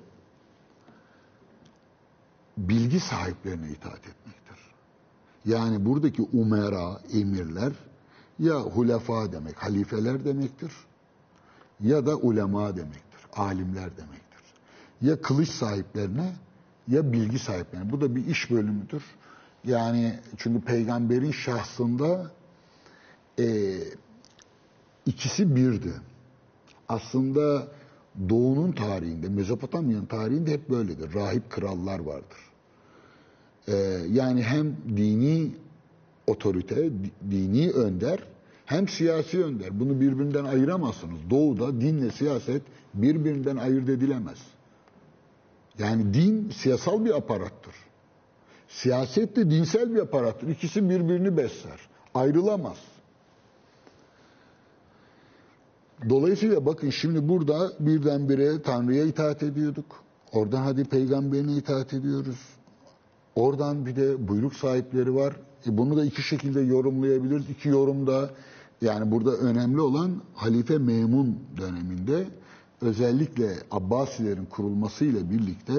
bilgi sahiplerine itaat etmektir. Yani buradaki umera, emirler ya hulefa demek, halifeler demektir ya da ulema demektir, alimler demektir. Ya kılıç sahiplerine ya bilgi sahiplerine. Bu da bir iş bölümüdür. Yani çünkü peygamberin şahsında ikisi birdi. Aslında Doğu'nun tarihinde, Mezopotamya'nın tarihinde hep böyledir. Rahip krallar vardır. Yani hem dini otorite, dini önder, hem siyasi önder. Bunu birbirinden ayıramazsınız. Doğu'da dinle siyaset birbirinden ayırt edilemez. Yani din siyasal bir aparattır. Siyaset de dinsel bir aparattır. İkisi birbirini besler. Ayrılamaz. Dolayısıyla bakın şimdi burada birdenbire Tanrı'ya itaat ediyorduk. Oradan hadi peygamberine itaat ediyoruz. Oradan bir de buyruk sahipleri var. Bunu da iki şekilde yorumlayabiliriz. İki yorumda, yani burada önemli olan Halife Memun döneminde özellikle Abbasilerin kurulmasıyla birlikte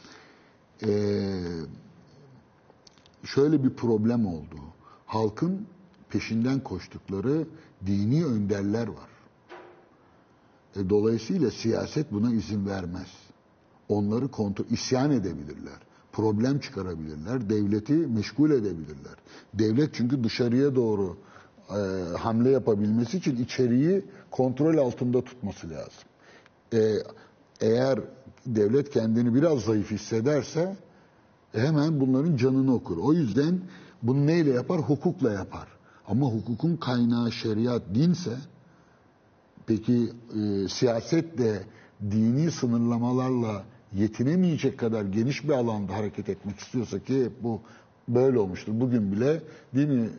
şöyle bir problem oldu. Halkın peşinden koştukları dini önderler var. Dolayısıyla siyaset buna izin vermez. Onları isyan edebilirler. Problem çıkarabilirler. Devleti meşgul edebilirler. Devlet çünkü dışarıya doğru hamle yapabilmesi için içeriği kontrol altında tutması lazım. Eğer devlet kendini biraz zayıf hissederse hemen bunların canını okur. O yüzden bunu neyle yapar? Hukukla yapar. Ama hukukun kaynağı şeriat, dinse, peki siyaset de dini sınırlamalarla yetinemeyecek kadar geniş bir alanda hareket etmek istiyorsa, ki bu böyle olmuştur. Bugün bile değil mi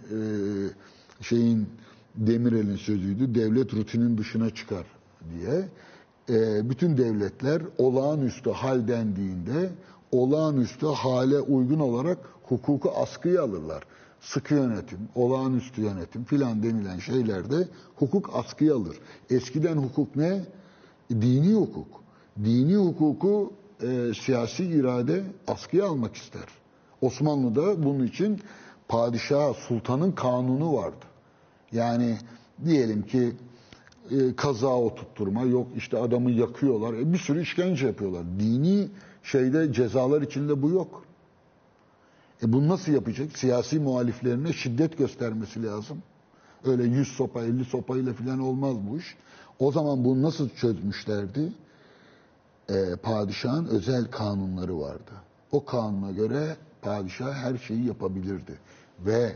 Demirel'in sözüydü, devlet rutinin dışına çıkar diye. Bütün devletler olağanüstü hal dendiğinde olağanüstü hale uygun olarak hukuku askıya alırlar. Sıkı yönetim, olağanüstü yönetim filan denilen şeylerde hukuk askıya alır. Eskiden hukuk ne? Dini hukuk. Dini hukuku siyasi irade askıya almak ister. Osmanlı'da bunun için padişah, sultanın kanunu vardı. Yani diyelim ki kaza oturtturma, yok işte adamı yakıyorlar, bir sürü işkence yapıyorlar. Dini cezalar içinde bu yok. Bunu nasıl yapacak? Siyasi muhaliflerine şiddet göstermesi lazım. Öyle 100 sopa, 50 sopayla falan olmaz bu iş. O zaman bunu nasıl çözmüşlerdi? Padişahın özel kanunları vardı. O kanuna göre padişah her şeyi yapabilirdi. Ve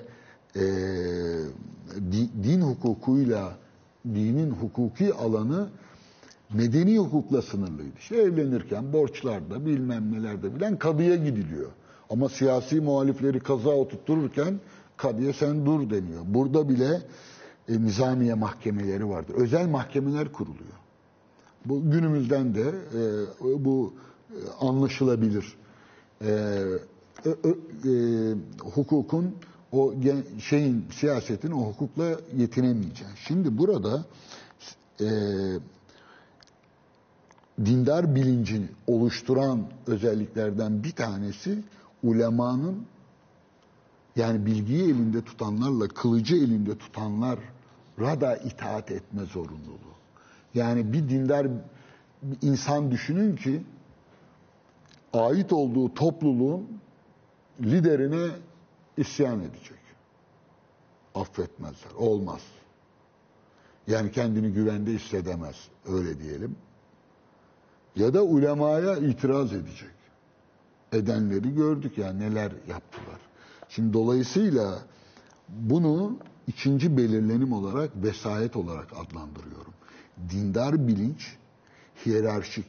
din hukukuyla dinin hukuki alanı medeni hukukla sınırlıydı. Evlenirken borçlarda bilmem nelerde filan kadıya gidiliyor. Ama siyasi muhalifleri kaza oturttururken kadıya sen dur deniyor. Burada bile nizamiye mahkemeleri vardır. Özel mahkemeler kuruluyor. Bu günümüzden de bu anlaşılabilir. Hukukun siyasetin o hukukla yetinemeyeceği. Şimdi burada dindar bilincini oluşturan özelliklerden bir tanesi ulemanın, yani bilgiyi elinde tutanlarla kılıcı elinde tutanlara da itaat etme zorunluluğu. Yani bir dindar insan düşünün ki ait olduğu topluluğun liderine isyan edecek. Affetmezler. Olmaz. Yani kendini güvende hissedemez. Öyle diyelim. Ya da ulemaya itiraz edecek. Edenleri gördük yani neler yaptılar. Şimdi dolayısıyla bunu ikinci belirlenim olarak vesayet olarak adlandırıyorum. Dindar bilinç hiyerarşik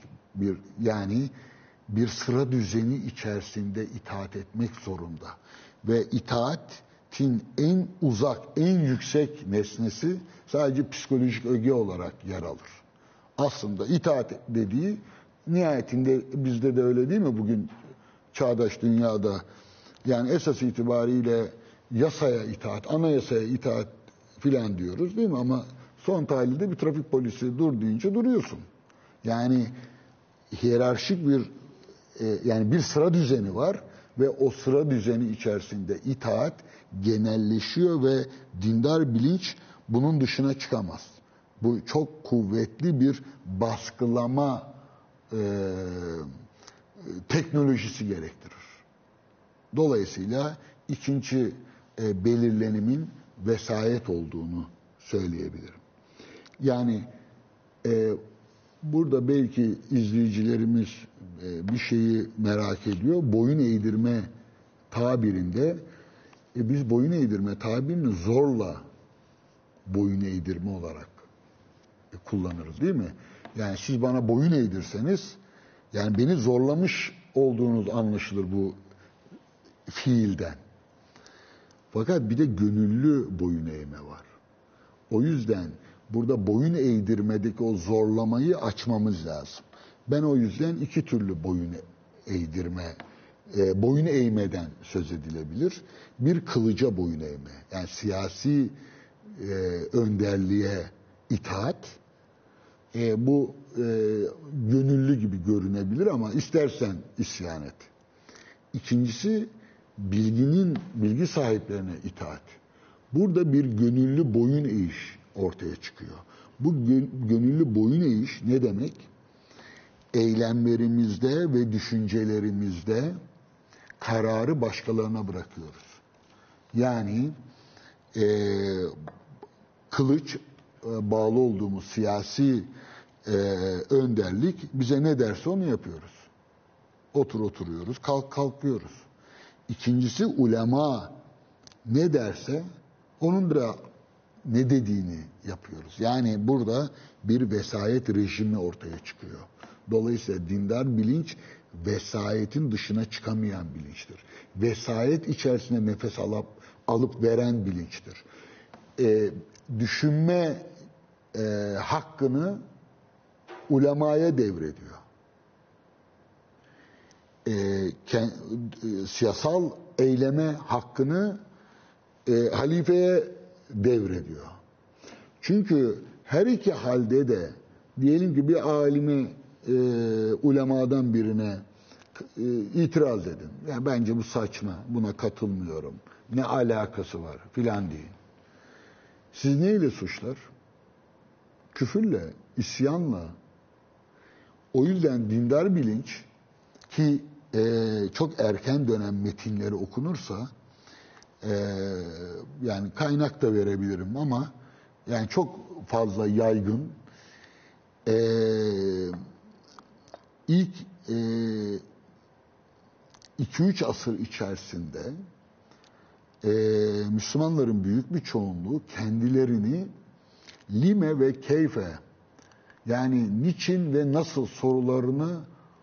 bir sıra düzeni içerisinde itaat etmek zorunda. Ve itaatin en uzak, en yüksek nesnesi sadece psikolojik öge olarak yer alır. Aslında itaat dediği nihayetinde bizde de öyle değil mi bugün çağdaş dünyada? Yani esas itibariyle yasaya itaat, anayasaya itaat filan diyoruz değil mi? Ama son tahlilde bir trafik polisi dur deyince duruyorsun. Yani hiyerarşik bir sıra düzeni var ve o sıra düzeni içerisinde itaat genelleşiyor ve dindar bilinç bunun dışına çıkamaz. Bu çok kuvvetli bir baskılama teknolojisi gerektirir. Dolayısıyla ikinci belirlenimin vesayet olduğunu söyleyebilirim. Yani Burada belki izleyicilerimiz bir şeyi merak ediyor. Boyun eğdirme tabirinde biz boyun eğdirme tabirini zorla boyun eğdirme olarak kullanırız değil mi? Yani siz bana boyun eğdirseniz yani beni zorlamış olduğunuz anlaşılır bu fiilden. Fakat bir de gönüllü boyun eğme var. O yüzden burada boyun eğdirmedeki o zorlamayı açmamız lazım. Ben o yüzden iki türlü boyun eğdirme, boyun eğmeden söz edilebilir. Bir kılıca boyun eğme, yani siyasi önderliğe itaat. Bu gönüllü gibi görünebilir ama istersen isyan et. İkincisi bilgi sahiplerine itaat. Burada bir gönüllü boyun eğiş ortaya çıkıyor. Bu gönüllü boyun eğiş ne demek? Eylemlerimizde ve düşüncelerimizde kararı başkalarına bırakıyoruz. Yani kılıç bağlı olduğumuz siyasi önderlik bize ne derse onu yapıyoruz. Oturuyoruz, kalkıyoruz. İkincisi ulema ne derse onun da ne dediğini yapıyoruz. Yani burada bir vesayet rejimi ortaya çıkıyor. Dolayısıyla dindar bilinç vesayetin dışına çıkamayan bilinçtir. Vesayet içerisinde nefes alıp veren bilinçtir. Düşünme hakkını ulemaya devrediyor. Siyasal eyleme hakkını halifeye devrediyor. Çünkü her iki halde de diyelim ki bir alimi ulemadan birine itiraz edin. Yani bence bu saçma, buna katılmıyorum. Ne alakası var filan deyin. Siz neyle suçlar? Küfürle, isyanla. O yüzden dindar bilinç ki çok erken dönem metinleri okunursa yani kaynak da verebilirim ama yani çok fazla yaygın ilk 2-3 asır içerisinde Müslümanların büyük bir çoğunluğu kendilerini lime ve keyfe yani niçin ve nasıl sorularını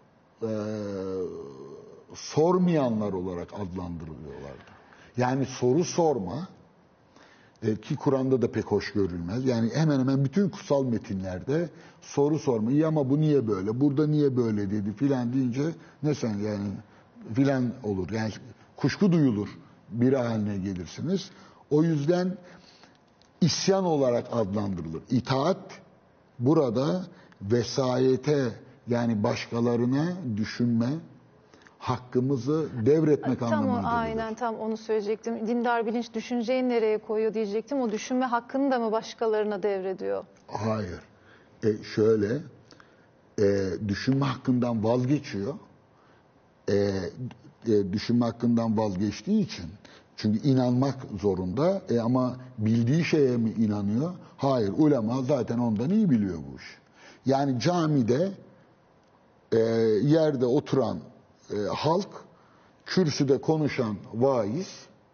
sormayanlar olarak adlandırılıyorlardı. Yani soru sorma ki Kur'an'da da pek hoş görülmez. Yani hemen hemen bütün kutsal metinlerde soru sorma. İyi ama bu niye böyle? Burada niye böyle dedi filan deyince ne sen yani filan olur. Yani kuşku duyulur. Bir haline gelirsiniz. O yüzden isyan olarak adlandırılır. İtaat burada vesayete yani başkalarına düşünme hakkımızı devretmek anlamına gelir. Aynen tam onu söyleyecektim. Dindar bilinç düşünceyi nereye koyuyor diyecektim. O düşünme hakkını da mı başkalarına devrediyor? Hayır. Düşünme hakkından vazgeçiyor. Düşünme hakkından vazgeçtiği için çünkü inanmak zorunda ama bildiği şeye mi inanıyor? Hayır. Ulema zaten ondan iyi biliyor bu iş. Yani camide yerde oturan halk, kürsüde konuşan vaiz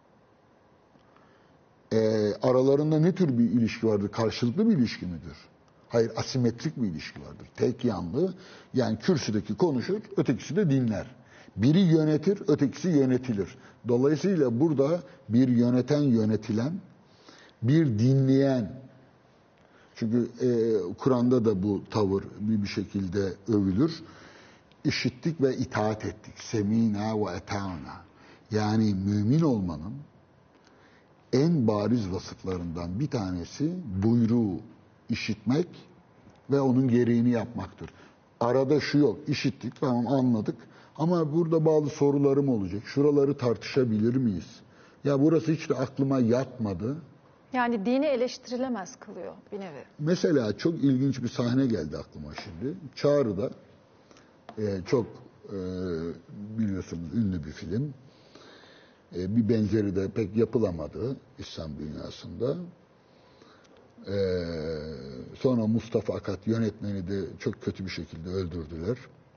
aralarında ne tür bir ilişki vardır? Karşılıklı bir ilişki midir? Hayır, asimetrik bir ilişki vardır. Tek yanlı, yani kürsüdeki konuşur, ötekisi de dinler. Biri yönetir, ötekisi yönetilir. Dolayısıyla burada bir yöneten, yönetilen, bir dinleyen, çünkü Kur'an'da da bu tavır bir şekilde övülür. İşittik ve itaat ettik. Semina ve eta'na. Yani mümin olmanın en bariz vasıflarından bir tanesi buyruğu işitmek ve onun gereğini yapmaktır. Arada şu yok. İşittik, tamam anladık. Ama burada bazı sorularım olacak. Şuraları tartışabilir miyiz? Ya burası hiç de aklıma yatmadı. Yani dini eleştirilemez kılıyor bir nevi. Mesela çok ilginç bir sahne geldi aklıma şimdi. Çağrı'da çok biliyorsunuz ünlü bir film. Bir benzeri de pek yapılamadı İslam dünyasında. Sonra Mustafa Akat yönetmeni de çok kötü bir şekilde öldürdüler.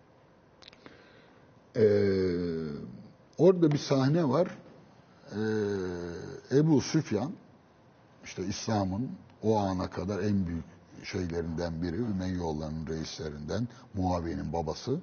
Orada bir sahne var. Ebu Süfyan, işte İslam'ın o ana kadar en büyük şeylerinden biri, Ümeyyoğulları'nın reislerinden, Muaviye'nin babası.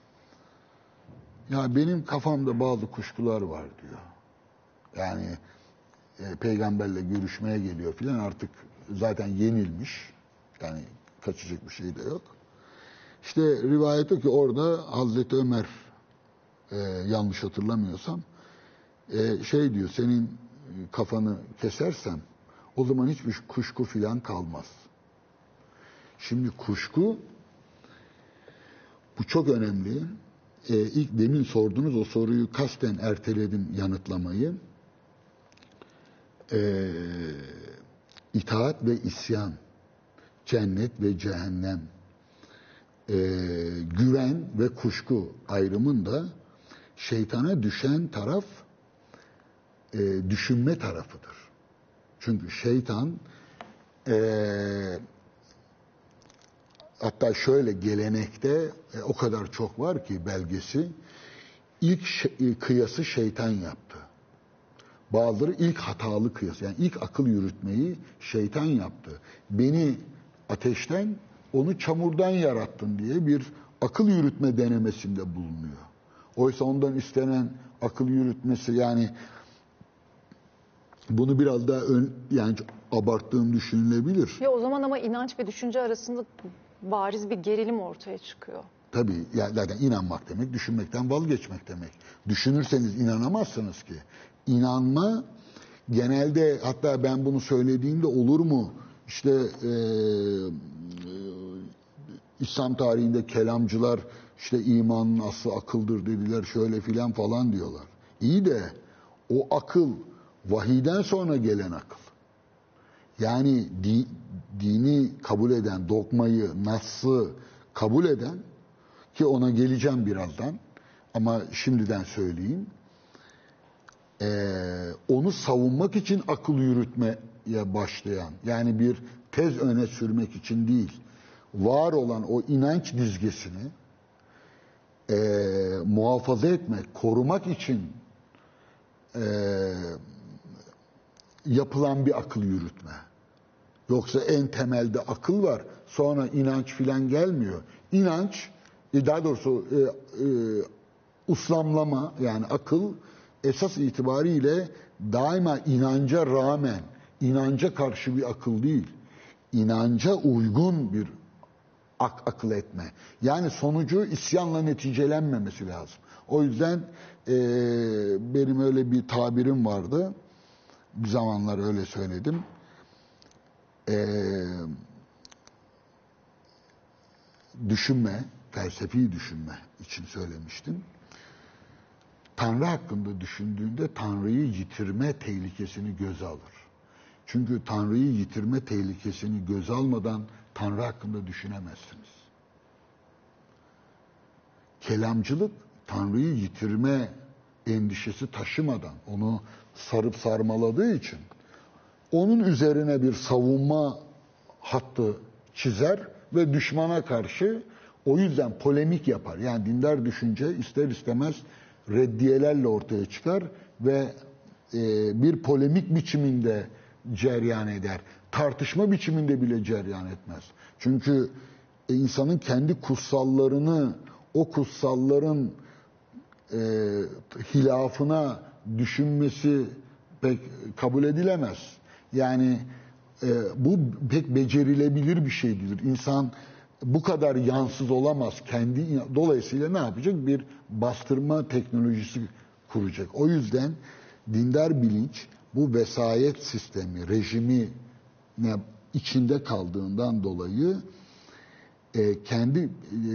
Ya benim kafamda bazı kuşkular var diyor. Yani peygamberle görüşmeye geliyor filan, artık zaten yenilmiş. Yani kaçacak bir şey de yok. İşte rivayet o ki orada Hazreti Ömer, yanlış hatırlamıyorsam, şey diyor, senin kafanı kesersem o zaman hiçbir kuşku filan kalmaz. Şimdi kuşku, bu çok önemli. İlk demin sordunuz, o soruyu kasten erteledim yanıtlamayı. İtaat ve isyan, cennet ve cehennem, güven ve kuşku ayrımında şeytana düşen taraf düşünme tarafıdır. Çünkü şeytan, hatta şöyle gelenekte o kadar çok var ki belgesi, ilk kıyası şeytan yaptı. Bazıları ilk hatalı kıyas, yani ilk akıl yürütmeyi şeytan yaptı. Beni ateşten, onu çamurdan yarattın diye bir akıl yürütme denemesinde bulunuyor. Oysa ondan istenen akıl yürütmesi, yani bunu biraz daha yani abarttığım düşünülebilir. Ya o zaman ama inanç ve düşünce arasında bariz bir gerilim ortaya çıkıyor. Tabii, yani zaten inanmak demek, düşünmekten vazgeçmek demek. Düşünürseniz inanamazsınız ki. İnanma genelde, hatta ben bunu söylediğimde olur mu? İşte İslam tarihinde kelamcılar işte imanın aslı akıldır dediler, şöyle filan falan diyorlar. İyi de o akıl vahiyden sonra gelen akıl. Yani dini kabul eden, dogmayı, nas'ı kabul eden, ki ona geleceğim birazdan ama şimdiden söyleyeyim, onu savunmak için akıl yürütmeye başlayan, yani bir tez öne sürmek için değil, var olan o inanç dizgesini muhafaza etmek, korumak için yapılan bir akıl yürütme. Yoksa en temelde akıl var, sonra inanç filan gelmiyor. İnanç, daha doğrusu uslamlama, yani akıl esas itibariyle daima inanca rağmen, inanca karşı bir akıl değil, inanca uygun bir akıl etme. Yani sonucu isyanla neticelenmemesi lazım. O yüzden benim öyle bir tabirim vardı. Bir zamanlar öyle söyledim. Düşünme, felsefi düşünme için söylemiştim. Tanrı hakkında düşündüğünde Tanrı'yı yitirme tehlikesini göze alır. Çünkü Tanrı'yı yitirme tehlikesini göze almadan Tanrı hakkında düşünemezsiniz. Kelamcılık Tanrı'yı yitirme endişesi taşımadan, onu sarıp sarmaladığı için onun üzerine bir savunma hattı çizer ve düşmana karşı o yüzden polemik yapar. Yani dindar düşünce ister istemez reddiyelerle ortaya çıkar ve bir polemik biçiminde cereyan eder. Tartışma biçiminde bile cereyan etmez. Çünkü insanın kendi kutsallarını, o kutsalların hilafına düşünmesi pek kabul edilemez. Yani bu pek becerilebilir bir şey değildir. İnsan bu kadar yansız olamaz. Dolayısıyla ne yapacak? Bir bastırma teknolojisi kuracak. O yüzden dindar bilinç bu vesayet sistemi, rejimi içinde kaldığından dolayı kendi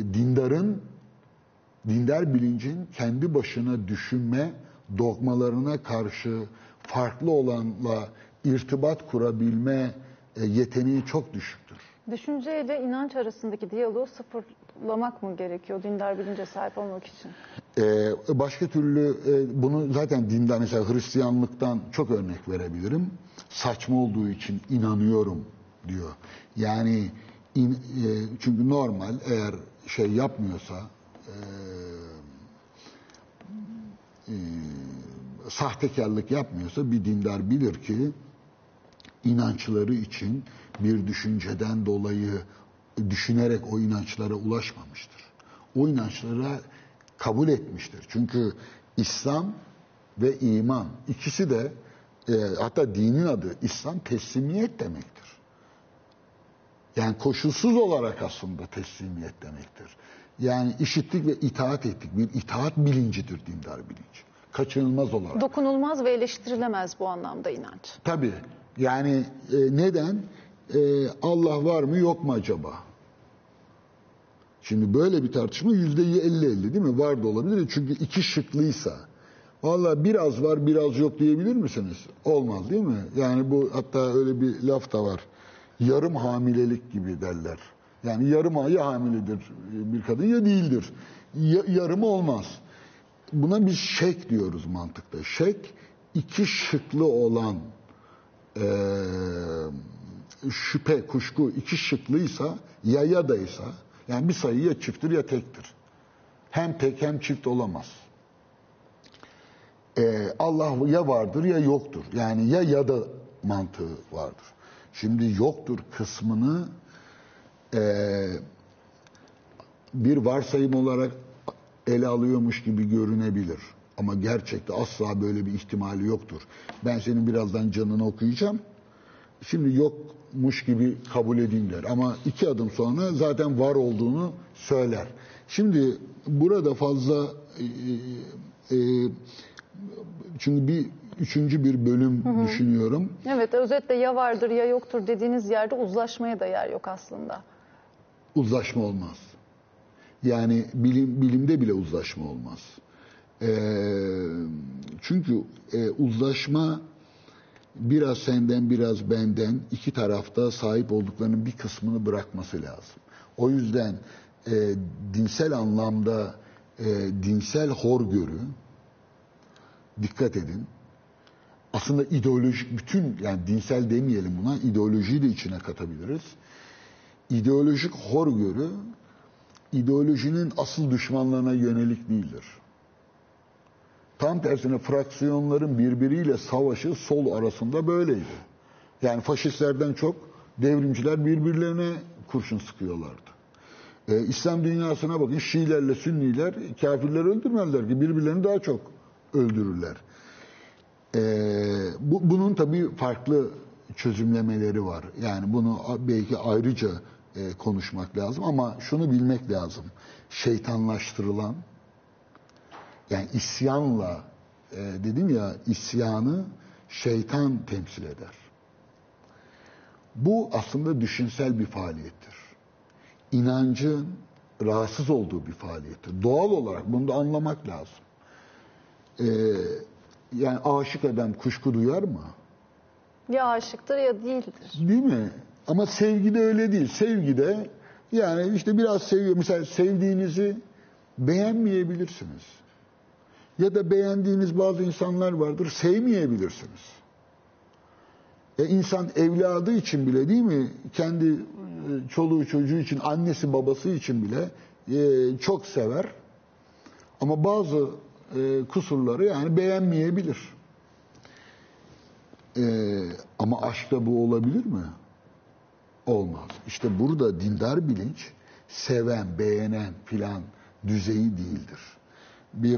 dindar bilincin kendi başına düşünme, dogmalarına karşı farklı olanla irtibat kurabilme yeteneği çok düşüktür. Düşünceyle inanç arasındaki diyaloğu sıfırlamak mı gerekiyor dindar bilince sahip olmak için? Başka türlü bunu zaten dindar, mesela Hristiyanlıktan çok örnek verebilirim. Saçma olduğu için inanıyorum diyor. Yani çünkü normal eğer şey yapmıyorsa sahtekarlık yapmıyorsa bir dindar bilir ki inançları için bir düşünceden dolayı düşünerek o inançlara ulaşmamıştır. O inançlara kabul etmiştir. Çünkü İslam ve iman ikisi de hatta dinin adı İslam teslimiyet demektir. Yani koşulsuz olarak aslında teslimiyet demektir. Yani işittik ve itaat ettik. Bir itaat bilincidir dindar bilinç. Kaçınılmaz olarak. Dokunulmaz ve eleştirilemez bu anlamda inanç. Tabii. Yani neden? Allah var mı yok mu acaba? Şimdi böyle bir tartışma %50-50 değil mi? Var da olabilir. Çünkü iki şıklıysa. Vallahi biraz var biraz yok diyebilir misiniz? Olmaz değil mi? Yani bu hatta öyle bir laf da var. Yarım hamilelik gibi derler. Yani yarım ya hamiledir bir kadın ya değildir. Yarım olmaz. Buna biz şek diyoruz mantıkta. Şek iki şıklı olan şüphe, kuşku iki şıklıysa ya daysa yani bir sayı ya çifttir ya tektir. Hem tek hem çift olamaz. Allah ya vardır ya yoktur. Yani ya da mantığı vardır. Şimdi yoktur kısmını bir varsayım olarak ele alıyormuş gibi görünebilir. Ama gerçekte asla böyle bir ihtimali yoktur. Ben senin birazdan canını okuyacağım. Şimdi yokmuş gibi kabul edin der. Ama 2 adım sonra zaten var olduğunu söyler. Şimdi burada fazla çünkü üçüncü bir bölüm düşünüyorum. Evet, özetle ya vardır ya yoktur dediğiniz yerde uzlaşmaya da yer yok aslında. Uzlaşma olmaz. Yani bilimde bile uzlaşma olmaz. Çünkü uzlaşma biraz senden biraz benden iki tarafta sahip olduklarının bir kısmını bırakması lazım. O yüzden dinsel anlamda dinsel horgörü, dikkat edin, aslında ideolojik bütün, yani dinsel demeyelim buna, ideolojiyi de içine katabiliriz. İdeolojik horgörü ideolojinin asıl düşmanlarına yönelik değildir. Tam tersine fraksiyonların birbiriyle savaşı sol arasında böyleydi. Yani faşistlerden çok devrimciler birbirlerine kurşun sıkıyorlardı. İslam dünyasına bakın, Şiilerle Sünniler kafirleri öldürmezler ki birbirlerini daha çok öldürürler. Bunun tabii farklı çözümlemeleri var. Yani bunu belki ayrıca konuşmak lazım ama şunu bilmek lazım. Şeytanlaştırılan, yani isyanla dedim ya, isyanı şeytan temsil eder. Bu aslında düşünsel bir faaliyettir. İnancın rahatsız olduğu bir faaliyettir. Doğal olarak bunu da anlamak lazım. Yani aşık adam kuşku duyar mı? Ya aşıktır ya değildir. Değil mi? Ama sevgide öyle değil. Sevgide yani işte biraz seviyor. Mesela sevdiğinizi beğenmeyebilirsiniz. Ya da beğendiğiniz bazı insanlar vardır, sevmeyebilirsiniz. İnsan evladı için bile, değil mi? Kendi çoluğu çocuğu için, annesi babası için bile çok sever. Ama bazı kusurları yani beğenmeyebilir. Ama aşkta bu olabilir mi? Olmaz. İşte burada dindar bilinç seven, beğenen filan düzeyi değildir. Bir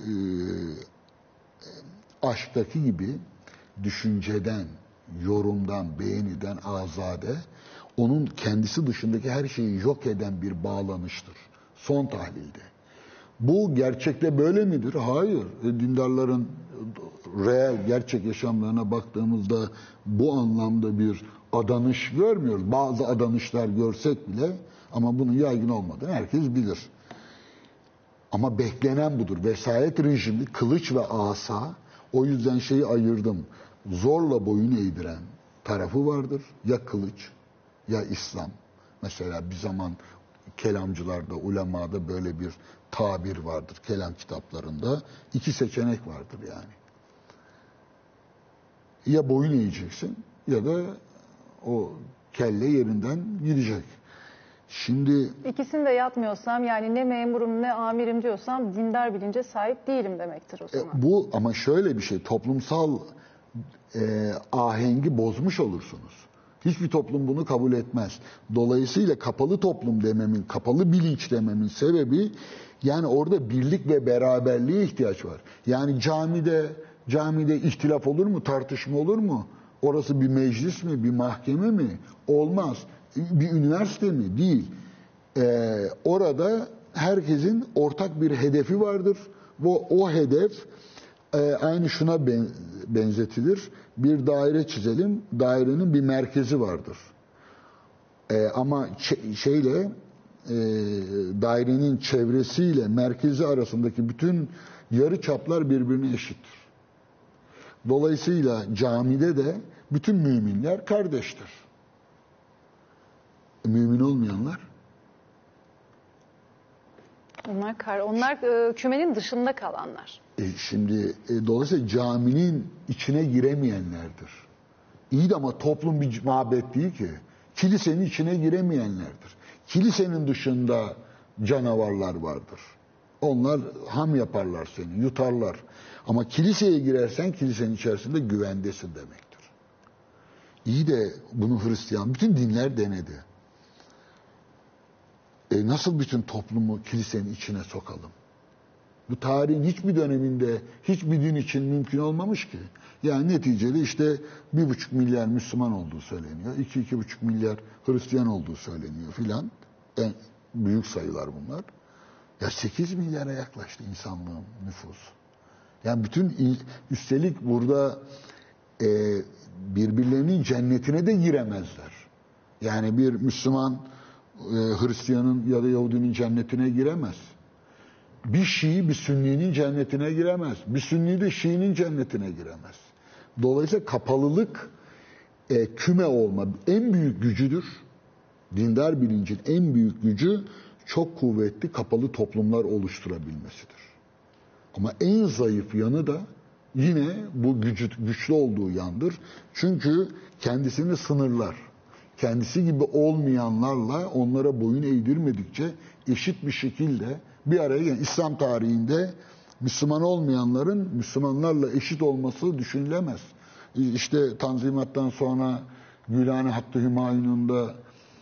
aşktaki gibi düşünceden, yorumdan, beğeniden azade, onun kendisi dışındaki her şeyi yok eden bir bağlanıştır. Son tahlilde. Bu gerçekte böyle midir? Hayır. Dindarların reel, gerçek yaşamlarına baktığımızda bu anlamda bir adanış görmüyoruz. Bazı adanışlar görsek bile ama bunun yaygın olmadığını herkes bilir. Ama beklenen budur. Vesayet rejimi, kılıç ve asa, o yüzden şeyi ayırdım. Zorla boyun eğdiren tarafı vardır. Ya kılıç ya İslam. Mesela bir zaman kelamcılarda, ulemada böyle bir tabir vardır. Kelam kitaplarında 2 seçenek vardır yani. Ya boyun eğeceksin ya da o kelle yerinden gidecek. Şimdi İkisini de yapmıyorsam, yani ne memurum ne amirim diyorsam, dindar bilince sahip değilim demektir o zaman. bu ama şöyle bir şey, toplumsal ahengi bozmuş olursunuz. Hiçbir toplum bunu kabul etmez. Dolayısıyla kapalı toplum dememin, kapalı bilinç dememin sebebi, yani orada birlik ve beraberliğe ihtiyaç var. Yani camide ihtilaf olur mu, tartışma olur mu? Orası bir meclis mi, bir mahkeme mi? Olmaz. Bir üniversite mi? Değil. Orada herkesin ortak bir hedefi vardır. O hedef aynı şuna benzetilir. Bir daire çizelim. Dairenin bir merkezi vardır. Ama dairenin çevresiyle merkezi arasındaki bütün yarı çaplar birbirine eşittir. Dolayısıyla camide de bütün müminler kardeştir. Mümin olmayanlar? Onlar kümenin dışında kalanlar. Dolayısıyla caminin içine giremeyenlerdir. İyi de ama toplum bir mabet değil ki. Kilisenin içine giremeyenlerdir. Kilisenin dışında canavarlar vardır. Onlar ham yaparlar seni, yutarlar. Ama kiliseye girersen kilisenin içerisinde güvendesin demektir. İyi de bunu bütün dinler denedi. Nasıl bütün toplumu kilisenin içine sokalım? Bu tarihin hiçbir döneminde hiçbir din için mümkün olmamış ki. Yani neticede işte 1,5 milyar Müslüman olduğu söyleniyor. 2-2,5 milyar Hristiyan olduğu söyleniyor filan. En büyük sayılar bunlar. Ya 8 milyara yaklaştı insanlığın nüfusu. Yani üstelik burada birbirlerinin cennetine de giremezler. Yani bir Müslüman Hristiyanın ya da Yahudinin cennetine giremez. Bir Şii bir Sünni'nin cennetine giremez. Bir Sünni de Şii'nin cennetine giremez. Dolayısıyla kapalılık küme olma en büyük gücüdür. Dindar bilincin en büyük gücü çok kuvvetli kapalı toplumlar oluşturabilmesidir. Ama en zayıf yanı da yine bu güçlü olduğu yandır. Çünkü kendisini sınırlar. Kendisi gibi olmayanlarla onlara boyun eğdirmedikçe eşit bir şekilde bir araya gelen İslam tarihinde Müslüman olmayanların Müslümanlarla eşit olması düşünülemez. İşte Tanzimat'tan sonra Gülhane Hattı Hümayun'unda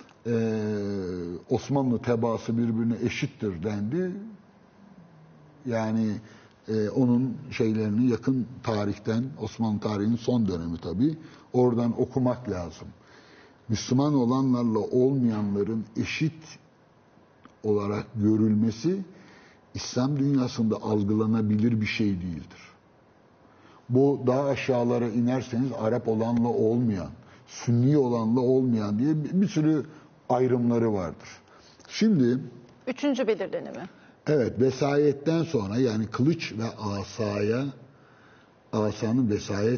Osmanlı tebaası birbirine eşittir dendi. Yani onun şeylerini yakın tarihten, Osmanlı tarihinin son dönemi tabii, oradan okumak lazım. Müslüman olanlarla olmayanların eşit olarak görülmesi İslam dünyasında algılanabilir bir şey değildir. Bu daha aşağılara inerseniz Arap olanla olmayan, Sünni olanla olmayan diye bir sürü ayrımları vardır. Şimdi üçüncü belirlenimi. Evet, vesayetten sonra, yani kılıç ve asanın vesayet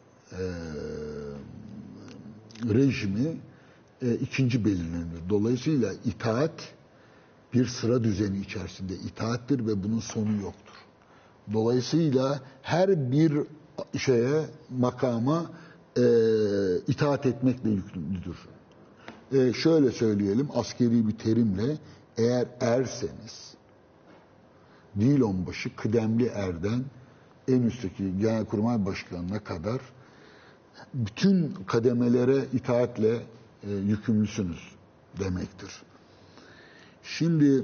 rejimi ikinci belirlenir. Dolayısıyla itaat bir sıra düzeni içerisinde itaattir ve bunun sonu yoktur. Dolayısıyla her bir makama itaat etmekle yüklüdür. Şöyle söyleyelim, askeri bir terimle, eğer erseniz, değil onbaşı, kıdemli erden en üstteki Genelkurmay Başkanı'na kadar bütün kademelere itaatle yükümlüsünüz demektir. Şimdi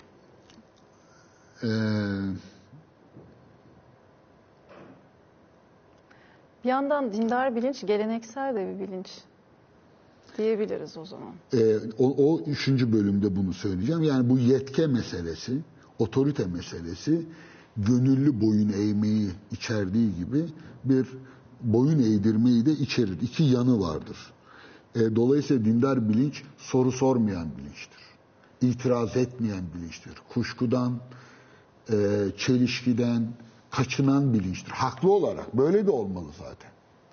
bir yandan dindar bilinç geleneksel de bir bilinç diyebiliriz o zaman. O üçüncü bölümde bunu söyleyeceğim. Yani bu yetke meselesi, otorite meselesi gönüllü boyun eğmeyi içerdiği gibi bir boyun eğdirmeyi de içerir. İki yanı vardır. Dolayısıyla dindar bilinç soru sormayan bilinçtir. İtiraz etmeyen bilinçtir. Kuşkudan, çelişkiden kaçınan bilinçtir. Haklı olarak. Böyle de olmalı zaten.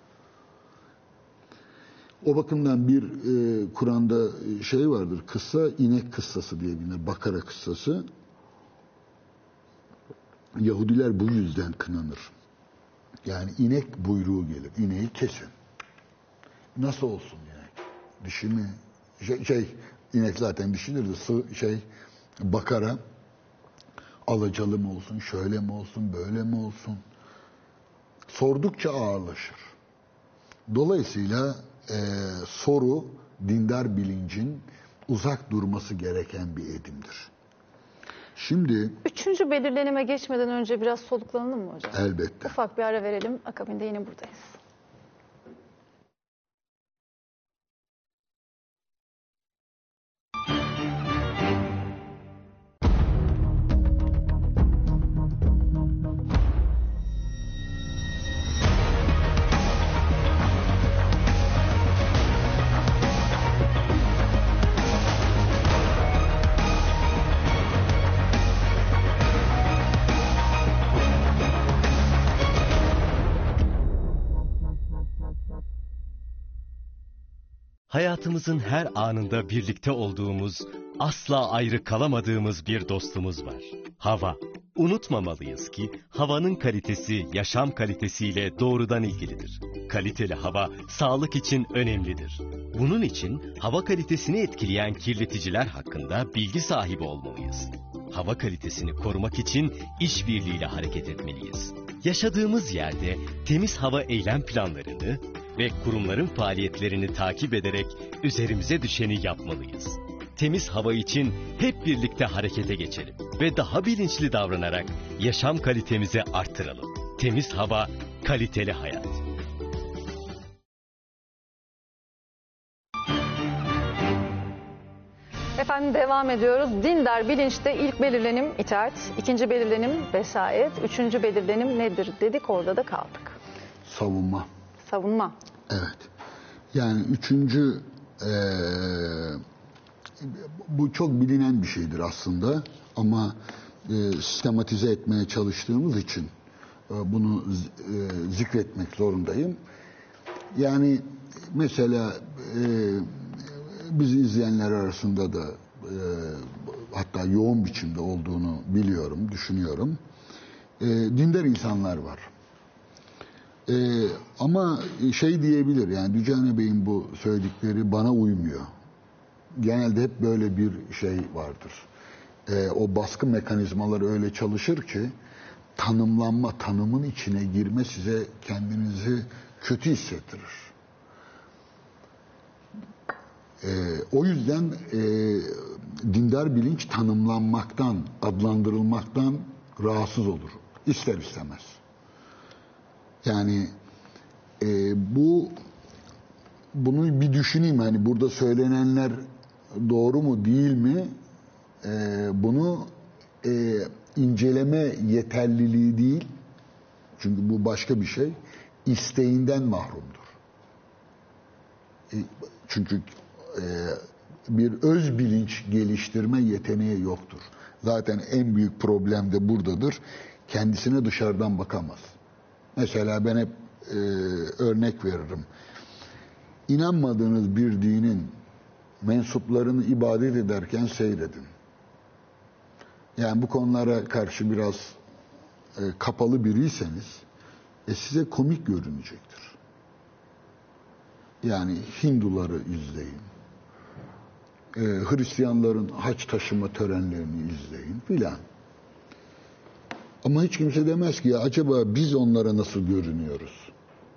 O bakımdan bir Kur'an'da vardır, kıssa, inek kıssası diye bilinir. Bakara kıssası. Yahudiler bu yüzden kınanır. Yani inek buyruğu gelir. İneği kesin. Nasıl olsun inek? dişi mi? İnek zaten dişidir de bakara alacalı mı olsun, şöyle mi olsun, böyle mi olsun? Sordukça ağırlaşır. Dolayısıyla soru dindar bilincin uzak durması gereken bir edimdir. Şimdi 3. belirlenime geçmeden önce biraz soluklanalım mı hocam? elbette. Ufak bir ara verelim. Akabinde yine buradayız. Hayatımızın her anında birlikte olduğumuz, asla ayrı kalamadığımız bir dostumuz var. Hava. Unutmamalıyız ki havanın kalitesi yaşam kalitesiyle doğrudan ilgilidir. Kaliteli hava sağlık için önemlidir. Bunun için hava kalitesini etkileyen kirleticiler hakkında bilgi sahibi olmalıyız. Hava kalitesini korumak için işbirliğiyle hareket etmeliyiz. Yaşadığımız yerde temiz hava eylem planlarını ve kurumların faaliyetlerini takip ederek üzerimize düşeni yapmalıyız. Temiz hava için hep birlikte harekete geçelim ve daha bilinçli davranarak yaşam kalitemizi arttıralım. Temiz hava, kaliteli hayat. Efendim devam ediyoruz. Dindar bilinçte ilk belirlenim itaat, ikinci belirlenim vesayet, üçüncü belirlenim nedir dedik, orada da kaldık. Savunma. Savunma. Evet. Yani üçüncü bu çok bilinen bir şeydir aslında ama sistematize etmeye çalıştığımız için bunu zikretmek zorundayım. Yani mesela bizi izleyenler arasında da hatta yoğun biçimde olduğunu biliyorum, düşünüyorum. Dindar insanlar var. Ama diyebilir, yani Dücane Bey'in bu söyledikleri bana uymuyor. Genelde hep böyle bir şey vardır. O baskı mekanizmaları öyle çalışır ki tanımın içine girme size kendinizi kötü hissettirir. O yüzden dindar bilinç tanımlanmaktan, adlandırılmaktan rahatsız olur. İster istemez. Yani bunu bir düşüneyim, hani burada söylenenler doğru mu değil mi? Bunu inceleme yeterliliği değil, çünkü bu başka bir şey, isteğinden mahrumdur. Çünkü bir öz bilinç geliştirme yeteneği yoktur. Zaten en büyük problem de buradadır. Kendisine dışarıdan bakamaz. Mesela ben hep örnek veririm. İnanmadığınız bir dinin mensuplarını ibadet ederken seyredin. Yani bu konulara karşı biraz kapalı biriyseniz size komik görünecektir. Yani Hinduları izleyin. Hristiyanların haç taşıma törenlerini izleyin filan. Ama hiç kimse demez ki ya acaba biz onlara nasıl görünüyoruz?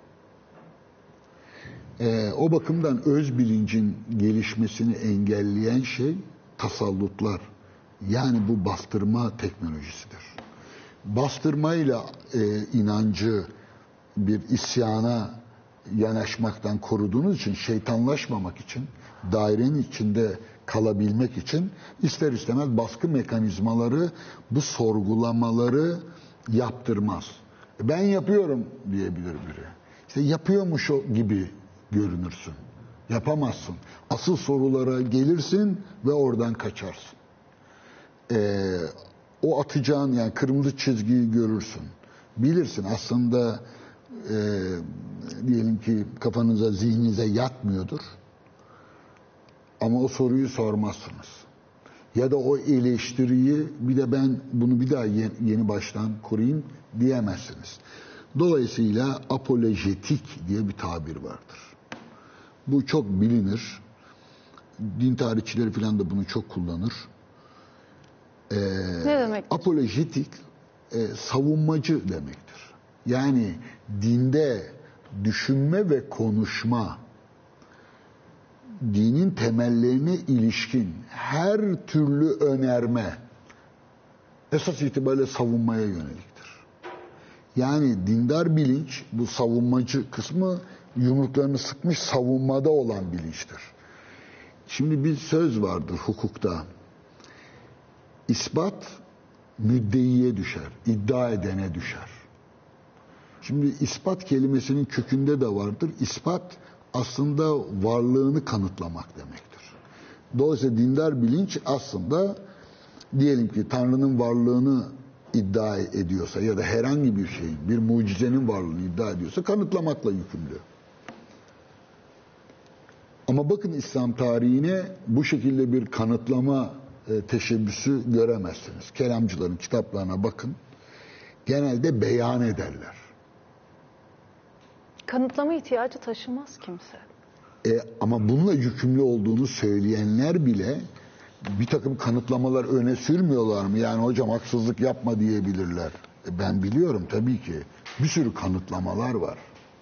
O bakımdan öz bilincin gelişmesini engelleyen şey tasallutlar. Yani bu bastırma teknolojisidir. Bastırmayla inancı bir isyana yanaşmaktan koruduğunuz için, şeytanlaşmamak için, dairenin içinde kalabilmek için ister istemez baskı mekanizmaları bu sorgulamaları yaptırmaz. Ben yapıyorum diyebilir biri. İşte yapıyormuş o gibi görünürsün. Yapamazsın. Asıl sorulara gelirsin ve oradan kaçarsın. O atacağın, yani kırmızı çizgiyi görürsün. Bilirsin aslında diyelim ki kafanıza, zihninize yatmıyordur. Ama o soruyu sormazsınız. Ya da o eleştiriyi bir de ben bunu bir daha yeni baştan kurayım diyemezsiniz. Dolayısıyla apolojetik diye bir tabir vardır. Bu çok bilinir. din tarihçileri falan da bunu çok kullanır. Ne demek? Apolojetik savunmacı demektir. Yani dinde düşünme ve konuşma, dinin temellerine ilişkin her türlü önerme esas itibariyle savunmaya yöneliktir. Yani dindar bilinç, bu savunmacı kısmı yumruklarını sıkmış savunmada olan bilinçtir. Şimdi bir söz vardır hukukta. İspat müddeiye düşer, iddia edene düşer. Şimdi ispat kelimesinin kökünde de vardır. İspat aslında varlığını kanıtlamak demektir. Dolayısıyla dindar bilinç aslında diyelim ki Tanrı'nın varlığını iddia ediyorsa ya da herhangi bir şeyin, bir mucizenin varlığını iddia ediyorsa kanıtlamakla yükümlü. Ama bakın İslam tarihine bu şekilde bir kanıtlama teşebbüsü göremezsiniz. Kelamcıların kitaplarına bakın. Genelde beyan ederler. Kanıtlama ihtiyacı taşımaz kimse. Ama bununla yükümlü olduğunu söyleyenler bile bir takım kanıtlamalar öne sürmüyorlar mı? Yani hocam haksızlık yapma diyebilirler. Ben biliyorum tabii ki. Bir sürü kanıtlamalar var.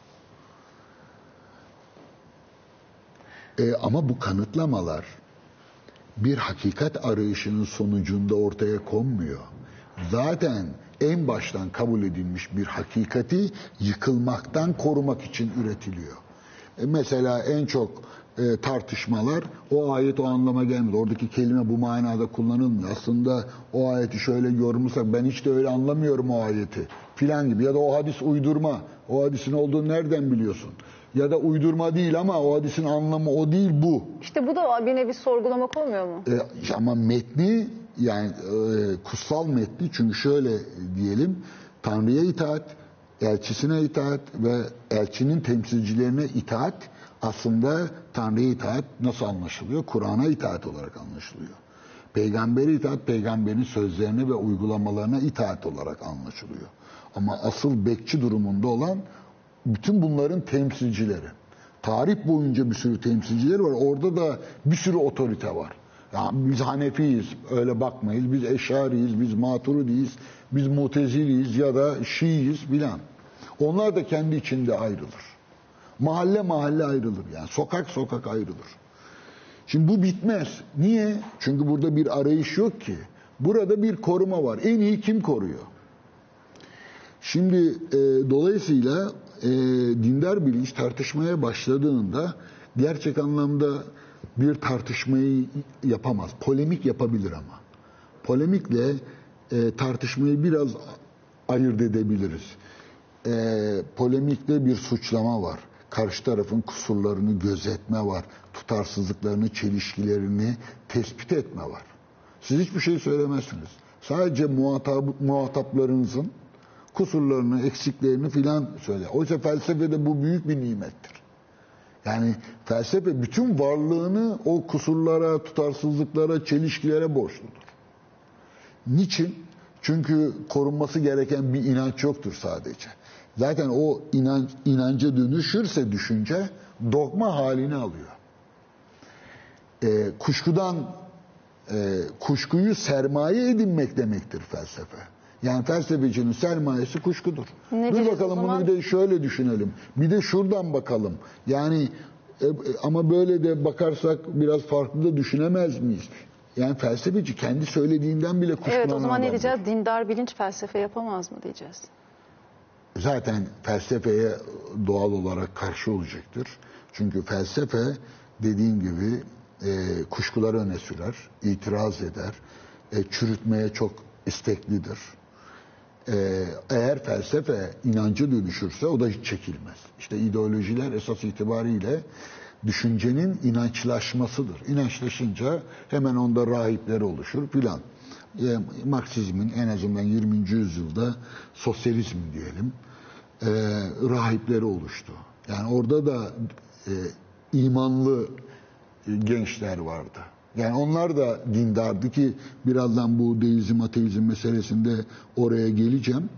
Ama bu kanıtlamalar bir hakikat arayışının sonucunda ortaya konmuyor. Zaten en baştan kabul edilmiş bir hakikati yıkılmaktan korumak için üretiliyor. Mesela en çok tartışmalar o ayet o anlama gelmedi. Oradaki kelime bu manada kullanılmıyor. Aslında o ayeti şöyle yorumlasak ben hiç de öyle anlamıyorum o ayeti filan gibi. Ya da o hadis uydurma. O hadisin olduğunu nereden biliyorsun? Ya da uydurma değil ama o hadisin anlamı o değil bu. İşte bu da bir nevi sorgulamak olmuyor mu? Ama metni yani kutsal metni çünkü şöyle diyelim Tanrı'ya itaat, elçisine itaat ve elçinin temsilcilerine itaat aslında Tanrı'ya itaat nasıl anlaşılıyor? Kur'an'a itaat olarak anlaşılıyor. Peygambere itaat, peygamberin sözlerine ve uygulamalarına itaat olarak anlaşılıyor. Ama asıl bekçi durumunda olan bütün bunların temsilcileri. Tarih boyunca bir sürü temsilcileri var. Orada da bir sürü otorite var. Ya biz Hanefiyiz, öyle bakmayız. Biz Eşariyiz, biz Maturidiyiz, biz Muteziliyiz ya da Şiiyiz filan. Onlar da kendi içinde ayrılır. Mahalle mahalle ayrılır yani. Sokak sokak ayrılır. Şimdi bu bitmez. Niye? Çünkü burada bir arayış yok ki. Burada bir koruma var. En iyi kim koruyor? Şimdi dolayısıyla dindar bilinç tartışmaya başladığında gerçek anlamda bir tartışmayı yapamaz. Polemik yapabilir ama. Polemikle tartışmayı biraz ayırt edebiliriz. Polemikte bir suçlama var. Karşı tarafın kusurlarını gözetme var. Tutarsızlıklarını, çelişkilerini tespit etme var. Siz hiçbir şey söylemezsiniz. Sadece muhataplarınızın kusurlarını, eksiklerini filan söyle. Oysa felsefede bu büyük bir nimettir. Yani felsefe bütün varlığını o kusurlara, tutarsızlıklara, çelişkilere borçludur. Niçin? Çünkü korunması gereken bir inanç yoktur sadece. Zaten o inanca dönüşürse düşünce dogma halini alıyor. Kuşkuyu sermaye edinmek demektir felsefe. Yani felsefecinin sermayesi kuşkudur. Dur bakalım bunu bir de şöyle düşünelim. Bir de şuradan bakalım. Yani ama böyle de bakarsak biraz farklı da düşünemez miyiz? Yani felsefeci kendi söylediğinden bile kuşkulanır. Evet, o zaman ne diyeceğiz? Dindar bilinç felsefe yapamaz mı diyeceğiz? Zaten felsefeye doğal olarak karşı olacaktır. Çünkü felsefe dediğim gibi kuşkuları öne sürer, itiraz eder, çürütmeye çok isteklidir. Eğer felsefe inanca dönüşürse o da hiç çekilmez. İşte ideolojiler esas itibariyle düşüncenin inançlaşmasıdır. İnançlaşınca hemen onda rahipler oluşur filan. Marksizmin en azından 20. yüzyılda sosyalizm diyelim rahipleri oluştu. Yani orada da imanlı gençler vardı. Yani onlar da dindardı ki birazdan bu deizm, ateizm meselesinde oraya geleceğim.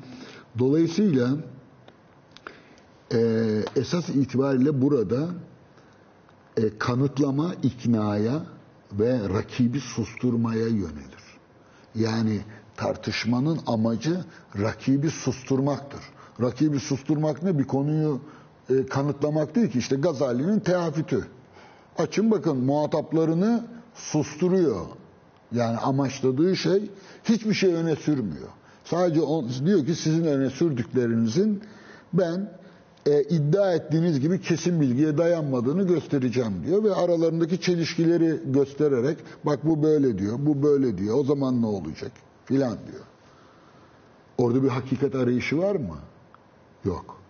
Dolayısıyla esas itibariyle burada kanıtlama, iknaya ve rakibi susturmaya yönelir. Yani tartışmanın amacı rakibi susturmaktır. Rakibi susturmak ne? Bir konuyu kanıtlamak değil ki. İşte Gazali'nin Teaffütü. Açın bakın, muhataplarını susturuyor. Yani amaçladığı şey hiçbir şey öne sürmüyor. Sadece diyor ki sizin öne sürdüklerinizin ben iddia ettiğiniz gibi kesin bilgiye dayanmadığını göstereceğim diyor ve aralarındaki çelişkileri göstererek bak bu böyle diyor, bu böyle diyor, o zaman ne olacak filan diyor. Orada bir hakikat arayışı var mı? Yok.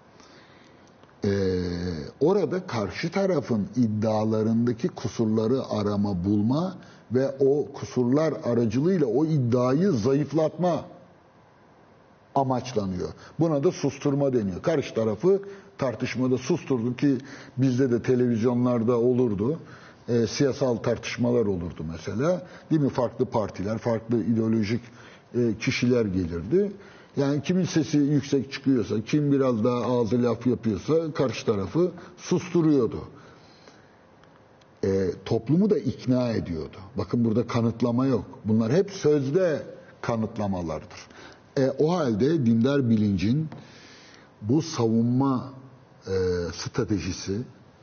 Orada karşı tarafın iddialarındaki kusurları arama, bulma ve o kusurlar aracılığıyla o iddiayı zayıflatma amaçlanıyor. Buna da susturma deniyor. Karşı tarafı tartışmada susturdu ki bizde de televizyonlarda olurdu. Siyasal tartışmalar olurdu mesela. Değil mi? Farklı partiler, farklı ideolojik kişiler gelirdi. Yani kimin sesi yüksek çıkıyorsa, kim biraz daha ağzı laf yapıyorsa karşı tarafı susturuyordu. Toplumu da ikna ediyordu. Bakın burada kanıtlama yok. Bunlar hep sözde kanıtlamalardır. O halde dindar bilincin bu savunma stratejisi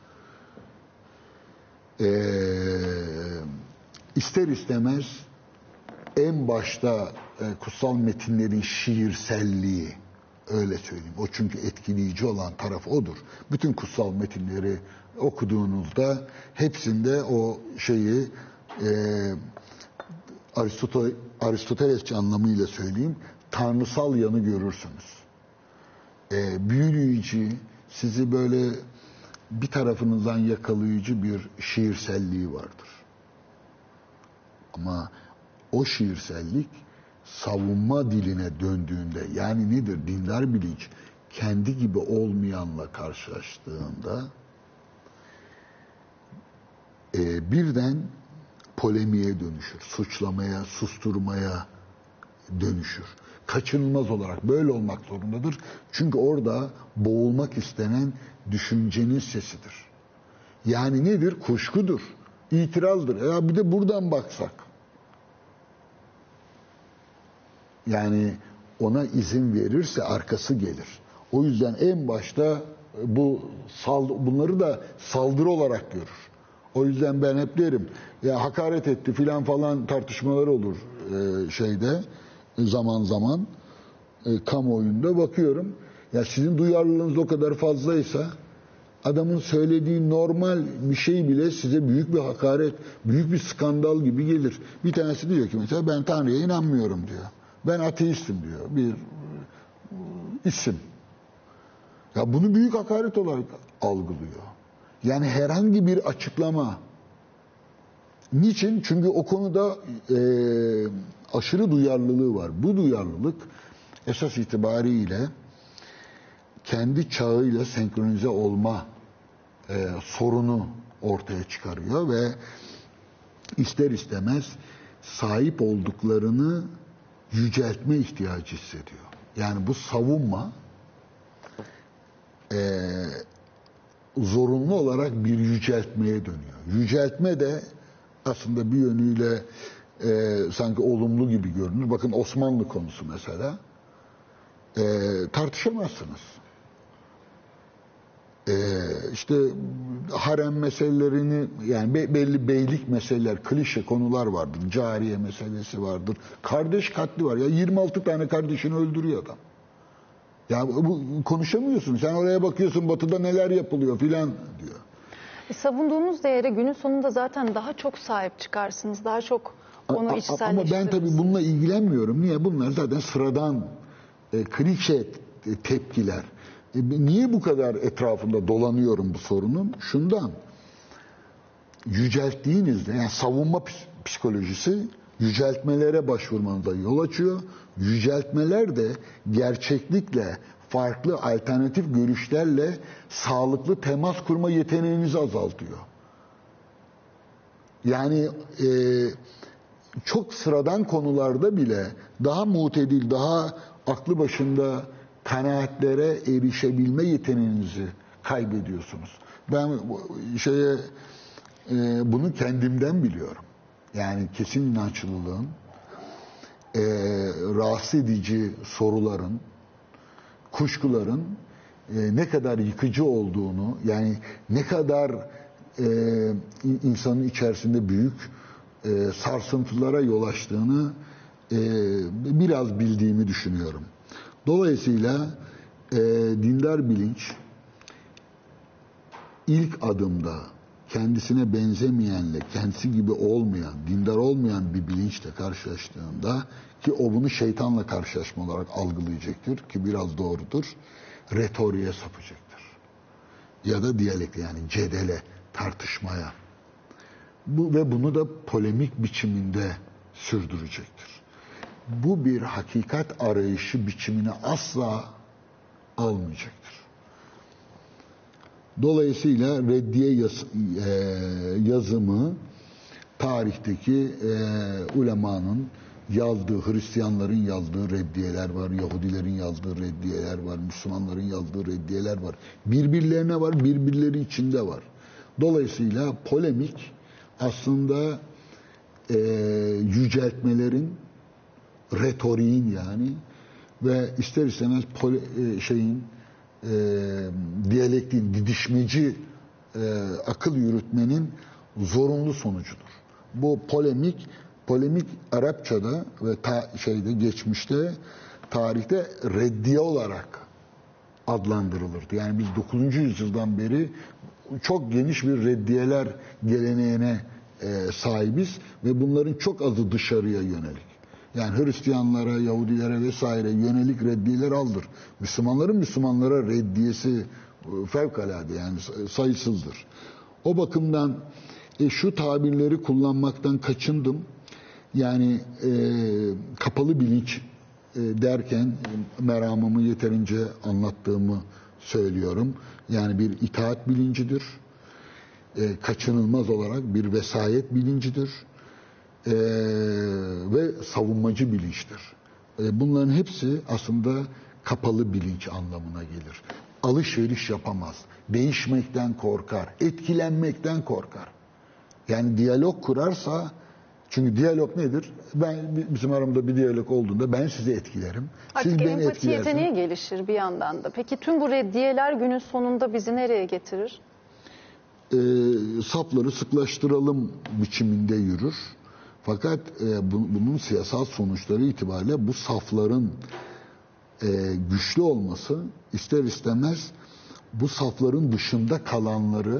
ister istemez en başta kutsal metinlerin şiirselliği, öyle söyleyeyim. O çünkü etkileyici olan taraf odur. Bütün kutsal metinleri okuduğunuzda hepsinde o şeyi Aristotelesçi anlamıyla söyleyeyim, tanrısal yanı görürsünüz. Büyüleyici, sizi böyle bir tarafınızdan yakalayıcı bir şiirselliği vardır. Ama o şiirsellik savunma diline döndüğünde, yani nedir? Dindar bilinç kendi gibi olmayanla karşılaştığında birden polemiğe dönüşür, suçlamaya, susturmaya dönüşür. Kaçınılmaz olarak böyle olmak zorundadır. Çünkü orada boğulmak istenen düşüncenin sesidir. Yani nedir? Kuşkudur, itirazdır. Ya bir de buradan baksak. Yani ona izin verirse arkası gelir. O yüzden en başta bunları da saldırı olarak görür. O yüzden ben hep derim, ya hakaret etti filan falan tartışmalar olur şeyde zaman zaman kamuoyunda bakıyorum. Ya sizin duyarlılığınız o kadar fazlaysa adamın söylediği normal bir şey bile size büyük bir hakaret, büyük bir skandal gibi gelir. Bir tanesi diyor ki mesela ben Tanrı'ya inanmıyorum diyor. Ben ateistim diyor. Bir isim. Ya bunu büyük hakaret olarak algılıyor. Yani herhangi bir açıklama. Niçin? Çünkü o konuda aşırı duyarlılığı var. Bu duyarlılık esas itibariyle kendi çağıyla senkronize olma sorunu ortaya çıkarıyor ve ister istemez sahip olduklarını yüceltme ihtiyacı hissediyor. Yani bu savunma zorunlu olarak bir yüceltmeye dönüyor. Yüceltme de aslında bir yönüyle sanki olumlu gibi görünür. Bakın Osmanlı konusu mesela. Tartışamazsınız. İşte harem meselelerini, yani belli beylik meseleler, klişe konular vardır. Cariye meselesi vardır. Kardeş katli var. Ya 26 tane kardeşini öldürüyor adam. Ya bu konuşamıyorsun. Sen oraya bakıyorsun, batıda neler yapılıyor filan diyor. Savunduğunuz değere günün sonunda zaten daha çok sahip çıkarsınız. Daha çok onu içselleştirirsiniz. Ama ben tabii bununla ilgilenmiyorum. Niye? Bunlar zaten sıradan klişe tepkiler. Niye bu kadar etrafında dolanıyorum bu sorunun? Şundan. Yücelttiğinizde, yani savunma psikolojisi yüceltmelere başvurmanıza yol açıyor. Yüceltmeler de gerçeklikle, farklı alternatif görüşlerle sağlıklı temas kurma yeteneğinizi azaltıyor. Yani çok sıradan konularda bile daha mutedil, daha aklı başında kanaatlere erişebilme yeteneğinizi kaybediyorsunuz. Ben bunu kendimden biliyorum. Yani kesin inançlılığın, rahatsız edici soruların, kuşkuların ne kadar yıkıcı olduğunu, yani ne kadar insanın içerisinde büyük sarsıntılara yol açtığını biraz bildiğimi düşünüyorum. Dolayısıyla dindar bilinç ilk adımda kendisine benzemeyenle, kendisi gibi olmayan, dindar olmayan bir bilinçle karşılaştığında, ki o bunu şeytanla karşılaşma olarak algılayacaktır ki biraz doğrudur, retoriğe sapacaktır. Ya da diyalekte, yani cedele, tartışmaya. Ve bunu da polemik biçiminde sürdürecektir. Bu bir hakikat arayışı biçimini asla almayacaktır. Dolayısıyla reddiye yazımı tarihteki ulemanın yazdığı, Hristiyanların yazdığı reddiyeler var, Yahudilerin yazdığı reddiyeler var, Müslümanların yazdığı reddiyeler var. Birbirlerine var, birbirleri içinde var. Dolayısıyla polemik aslında yüceltmelerin, retoriğin yani ve ister istemez diyalektin, didişmeci akıl yürütmenin zorunlu sonucudur. Bu polemik Arapçada ve geçmişte, tarihte reddiye olarak adlandırılırdı. Yani biz 9. yüzyıldan beri çok geniş bir reddiyeler geleneğine sahibiz ve bunların çok azı dışarıya yönelik. Yani Hristiyanlara, Yahudilere vesaire yönelik reddiyeler aldır. Müslümanların Müslümanlara reddiyesi fevkalade, yani sayısızdır. O bakımdan şu tabirleri kullanmaktan kaçındım. Yani kapalı bilinç derken meramımı yeterince anlattığımı söylüyorum. Yani bir itaat bilincidir. Kaçınılmaz olarak bir vesayet bilincidir. Ve savunmacı bilinçtir. Bunların hepsi aslında kapalı bilinç anlamına gelir. Alışveriş yapamaz. Değişmekten korkar. Etkilenmekten korkar. Yani diyalog kurarsa, çünkü diyalog nedir? Bizim aramda bir diyalog olduğunda ben sizi etkilerim. Artık siz beni empati etkilersiniz. yeteneği gelişir bir yandan da. Peki tüm bu reddiyeler günün sonunda bizi nereye getirir? Safları sıklaştıralım biçiminde yürür. Fakat bunun siyasal sonuçları itibariyle bu safların güçlü olması ister istemez bu safların dışında kalanları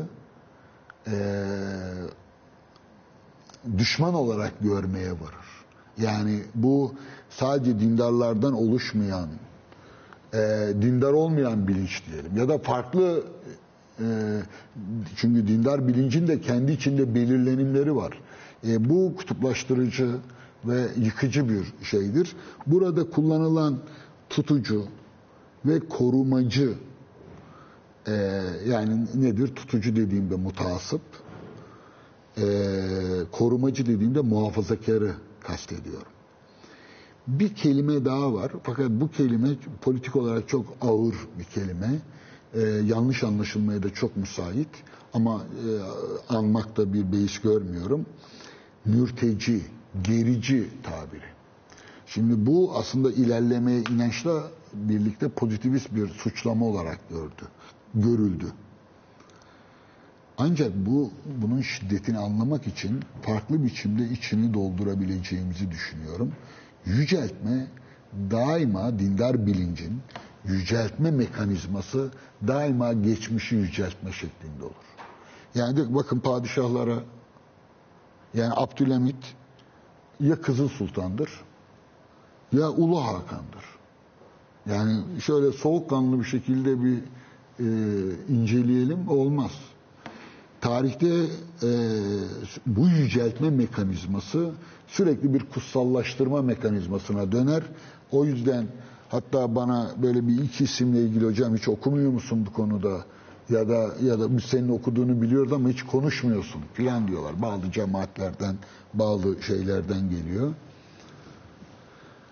düşman olarak görmeye varır. Yani bu sadece dindarlardan oluşmayan, dindar olmayan bilinç diyelim ya da farklı, çünkü dindar bilincin de kendi içinde belirlenimleri var. Bu kutuplaştırıcı ve yıkıcı bir şeydir. Burada kullanılan tutucu ve korumacı, yani nedir? Tutucu dediğimde mutasip, korumacı dediğimde muhafazakarı kastediyorum. Bir kelime daha var. Fakat bu kelime politik olarak çok ağır bir kelime. Yanlış anlaşılmaya da çok müsait. Ama anmakta bir beis görmüyorum. Mürteci, gerici tabiri. Şimdi bu aslında ilerlemeye inançla birlikte pozitivist bir suçlama olarak görüldü. Ancak bunun şiddetini anlamak için farklı biçimde içini doldurabileceğimizi düşünüyorum. Yüceltme daima dindar bilincin yüceltme mekanizması daima geçmişi yüceltme şeklinde olur. Yani bakın padişahlara, yani Abdülhamit ya Kızıl Sultan'dır ya Ulu Hakan'dır. Yani şöyle soğukkanlı bir şekilde bir inceleyelim, olmaz. Tarihte bu yüceltme mekanizması sürekli bir kutsallaştırma mekanizmasına döner. O yüzden hatta bana böyle bir iki isimle ilgili, hocam hiç okumuyor musun bu konuda? Ya da biz senin okuduğunu biliyoruz ama hiç konuşmuyorsun filan diyorlar. Bazı cemaatlerden, bazı şeylerden geliyor.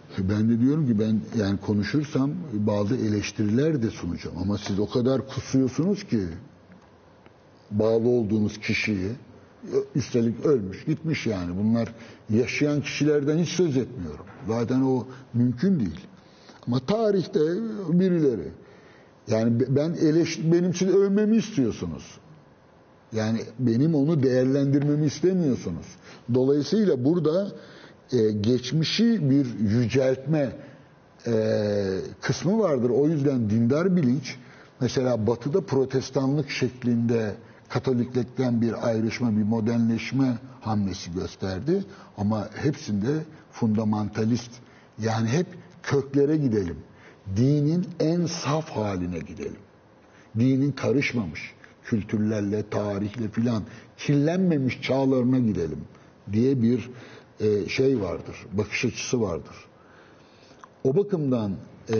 Ben de diyorum ki ben yani konuşursam bazı eleştiriler de sunacağım. Ama siz o kadar kusuyorsunuz ki bağlı olduğunuz kişiyi, üstelik ölmüş gitmiş yani. Bunlar yaşayan kişilerden hiç söz etmiyorum. Zaten o mümkün değil. Ama tarihte birileri. Yani benim siz övmemi istiyorsunuz. Yani benim onu değerlendirmemi istemiyorsunuz. Dolayısıyla burada geçmişi bir yüceltme kısmı vardır. O yüzden dindar bilinç mesela Batı'da protestanlık şeklinde Katoliklikten bir ayrışma, bir modernleşme hamlesi gösterdi. Ama hepsinde fundamentalist, yani hep köklere gidelim. Dinin en saf haline gidelim. Dinin karışmamış kültürlerle, tarihle filan kirlenmemiş çağlarına gidelim diye bir şey vardır, bakış açısı vardır. O bakımdan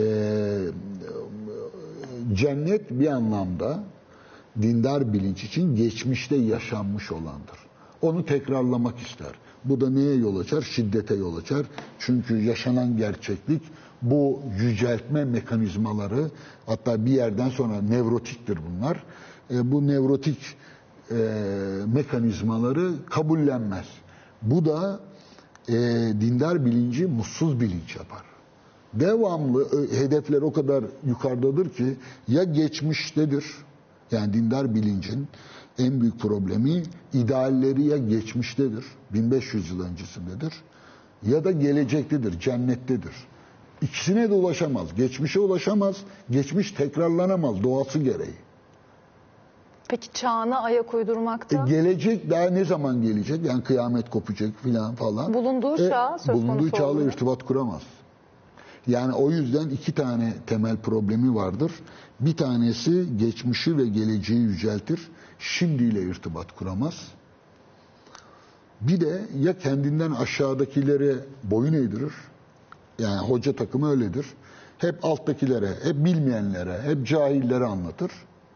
cennet bir anlamda dindar bilinç için geçmişte yaşanmış olandır. Onu tekrarlamak ister. Bu da neye yol açar? Şiddete yol açar. Çünkü yaşanan gerçeklik bu yüceltme mekanizmaları, hatta bir yerden sonra nevrotiktir bunlar. Bu nevrotik mekanizmaları kabullenmez. Bu da dindar bilinci mutsuz bilinç yapar. Devamlı hedefler o kadar yukarıdadır ki ya geçmiştedir, yani dindar bilincin en büyük problemi idealleri ya geçmiştedir, 1500 yıl öncesindedir, ya da gelecektedir, cennettedir. İkisine de ulaşamaz. Geçmişe ulaşamaz, geçmiş tekrarlanamaz doğası gereği. Peki çağına ayak uydurmakta? Gelecek daha ne zaman gelecek? Yani kıyamet kopacak falan. Bulunduğu çağ söz konusu bulunduğu çağla oluyor. irtibat kuramaz. Yani o yüzden iki tane temel problemi vardır. Bir tanesi geçmişi ve geleceği yüceltir. Şimdiyle irtibat kuramaz. Bir de ya kendinden aşağıdakilere boyun eğdirir. Yani hoca takımı öyledir. Hep alttakilere, hep bilmeyenlere, hep cahillere anlatır.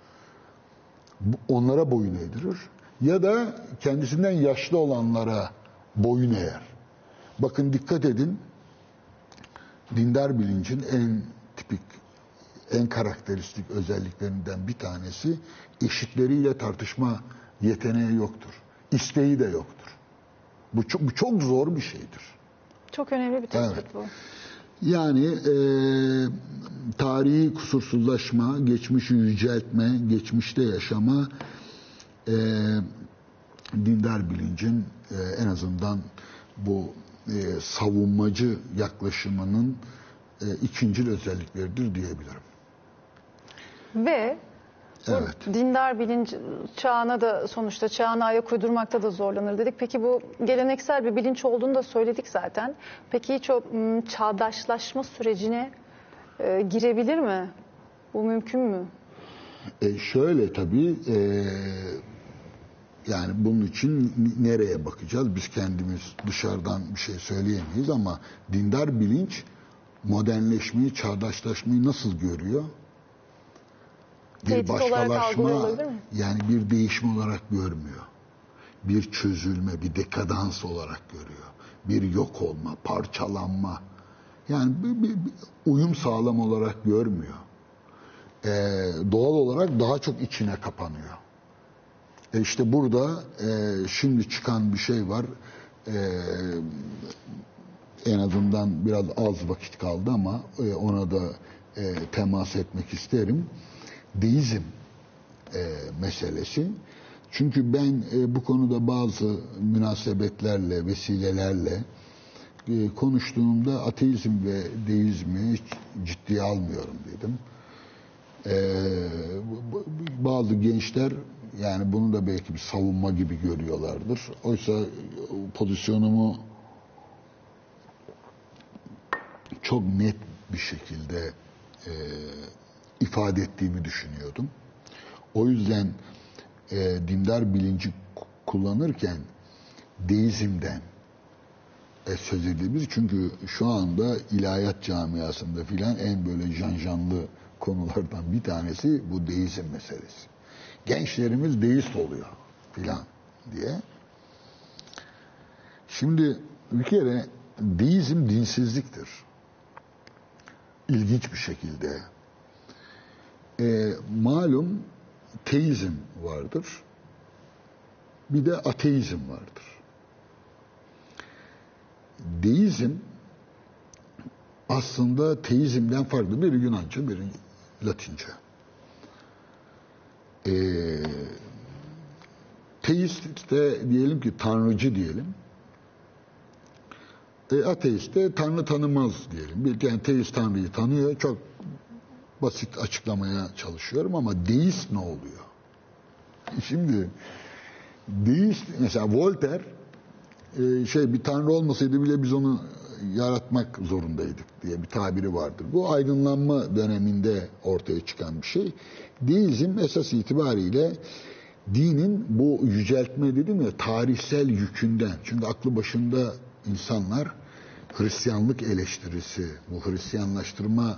Onlara boyun eğdirir. Ya da kendisinden yaşlı olanlara boyun eğer. Bakın dikkat edin. Dindar bilincin en tipik, en karakteristik özelliklerinden bir tanesi eşitleriyle tartışma yeteneği yoktur. İsteği de yoktur. Bu çok zor bir şeydir. Çok önemli bir tespit Evet. bu. Yani tarihi kusursuzlaşma, geçmişi yüceltme, geçmişte yaşama dindar bilincin en azından bu savunmacı yaklaşımının ikincil özellikleridir diyebilirim. Ve Evet. dindar bilinç çağına da sonuçta çağına ayak uydurmakta da zorlanır dedik. Peki bu geleneksel bir bilinç olduğunu da söyledik zaten. Peki hiç o çağdaşlaşma sürecine girebilir mi? Bu mümkün mü? Şöyle tabii yani bunun için nereye bakacağız? Biz kendimiz dışarıdan bir şey söyleyemeyiz ama dindar bilinç modernleşmeyi, çağdaşlaşmayı nasıl görüyor? Bir Tehdit olarak algılıyor başkalaşma, olabilir mi? yani bir değişim olarak görmüyor. Bir çözülme, bir dekadans olarak görüyor. Bir yok olma, parçalanma. Yani bir uyum sağlam olarak görmüyor. Doğal olarak daha çok içine kapanıyor. İşte burada şimdi çıkan bir şey var. En azından biraz az vakit kaldı ama ona da temas etmek isterim. Deizm meselesi. Çünkü ben bu konuda bazı münasebetlerle, vesilelerle konuştuğumda ateizm ve deizmi hiç ciddiye almıyorum dedim. Bazı gençler yani bunu da belki bir savunma gibi görüyorlardır. Oysa pozisyonumu çok net bir şekilde ifade ettiğimi düşünüyordum. O yüzden dindar bilinci kullanırken deizmden söz edebiliriz. Çünkü şu anda ilahiyat camiasında filan en böyle janjanlı konulardan bir tanesi bu deizm meselesi. Gençlerimiz deist oluyor filan diye. Şimdi bir kere deizm dinsizliktir. İlginç bir şekilde. Malum teizm vardır. Bir de ateizm vardır. Deizm aslında teizmden farklı. Biri Yunanca, biri Latince. Teist de diyelim ki tanrıcı diyelim. Ateist de tanrı tanımaz diyelim. Yani teist tanrıyı tanıyor. Çok basit açıklamaya çalışıyorum ama deist ne oluyor? Şimdi deist, mesela Voltaire bir tanrı olmasaydı bile biz onu yaratmak zorundaydık diye bir tabiri vardır. Bu aydınlanma döneminde ortaya çıkan bir şey. Deizm esas itibariyle dinin bu yüceltme dedim ya, tarihsel yükünden. Çünkü aklı başında insanlar Hristiyanlık eleştirisi, bu Hristiyanlaştırma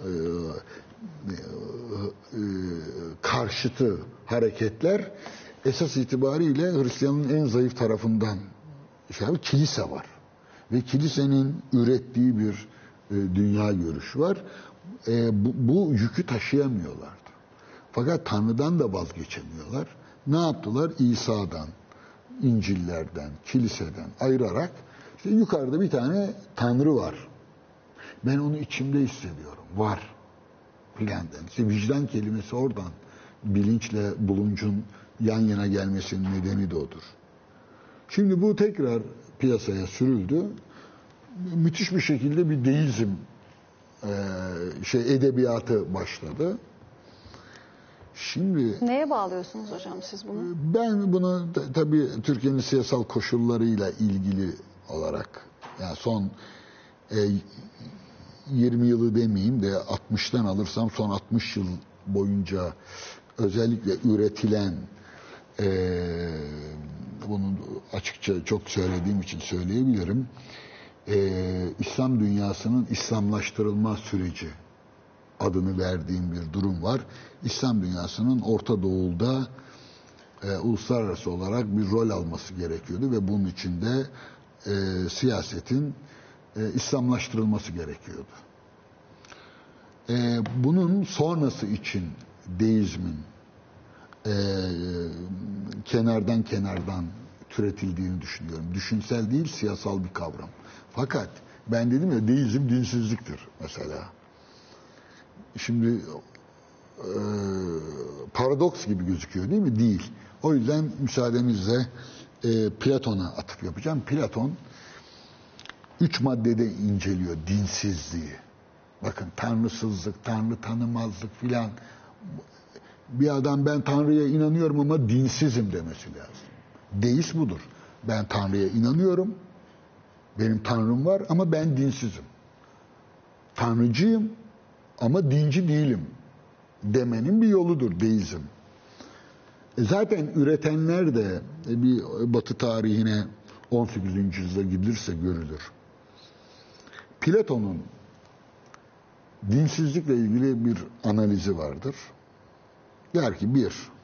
karşıtı hareketler esas itibariyle Hristiyanlığın en zayıf tarafından kilise var. Ve kilisenin ürettiği bir dünya görüşü var. Bu yükü taşıyamıyorlardı. Fakat Tanrı'dan da vazgeçemiyorlar. Ne yaptılar? İsa'dan, İncil'lerden, kiliseden ayırarak yukarıda bir tane Tanrı var. Ben onu içimde hissediyorum. Var. Filan. Vicdan kelimesi oradan. Bilinçle buluncun yan yana gelmesinin nedeni de odur. Şimdi bu tekrar piyasaya sürüldü. Müthiş bir şekilde bir deizm edebiyatı başladı. Şimdi neye bağlıyorsunuz hocam siz bunu? Ben bunu tabii Türkiye'nin siyasal koşullarıyla ilgili olarak, yani son 20 yılı demeyeyim de 60'tan alırsam son 60 yıl boyunca özellikle üretilen, bunu açıkça çok söylediğim için söyleyebilirim, İslam dünyasının İslamlaştırılma süreci adını verdiğim bir durum var. İslam dünyasının Orta Doğu'da uluslararası olarak bir rol alması gerekiyordu ve bunun için de siyasetin İslamlaştırılması gerekiyordu. Bunun sonrası için deizmin kenardan türetildiğini düşünüyorum. Düşünsel değil, siyasal bir kavram. Fakat ben dedim ya, deizm dinsizliktir mesela. Şimdi paradoks gibi gözüküyor değil mi? Değil. O yüzden müsaadenizle Platon'a atıf yapacağım. Platon 3 maddede inceliyor dinsizliği. Bakın, tanrısızlık, tanrı tanımazlık filan. Bir adam ben Tanrı'ya inanıyorum ama dinsizim demesi lazım. Deist budur. Ben Tanrı'ya inanıyorum. Benim Tanrım var ama ben dinsizim. Tanrıcıyım ama dinci değilim demenin bir yoludur deizm. Zaten üretenler de bir Batı tarihine 18. yüzyılda gidilirse görülür. Platon'un dinsizlikle ilgili bir analizi vardır. Der ki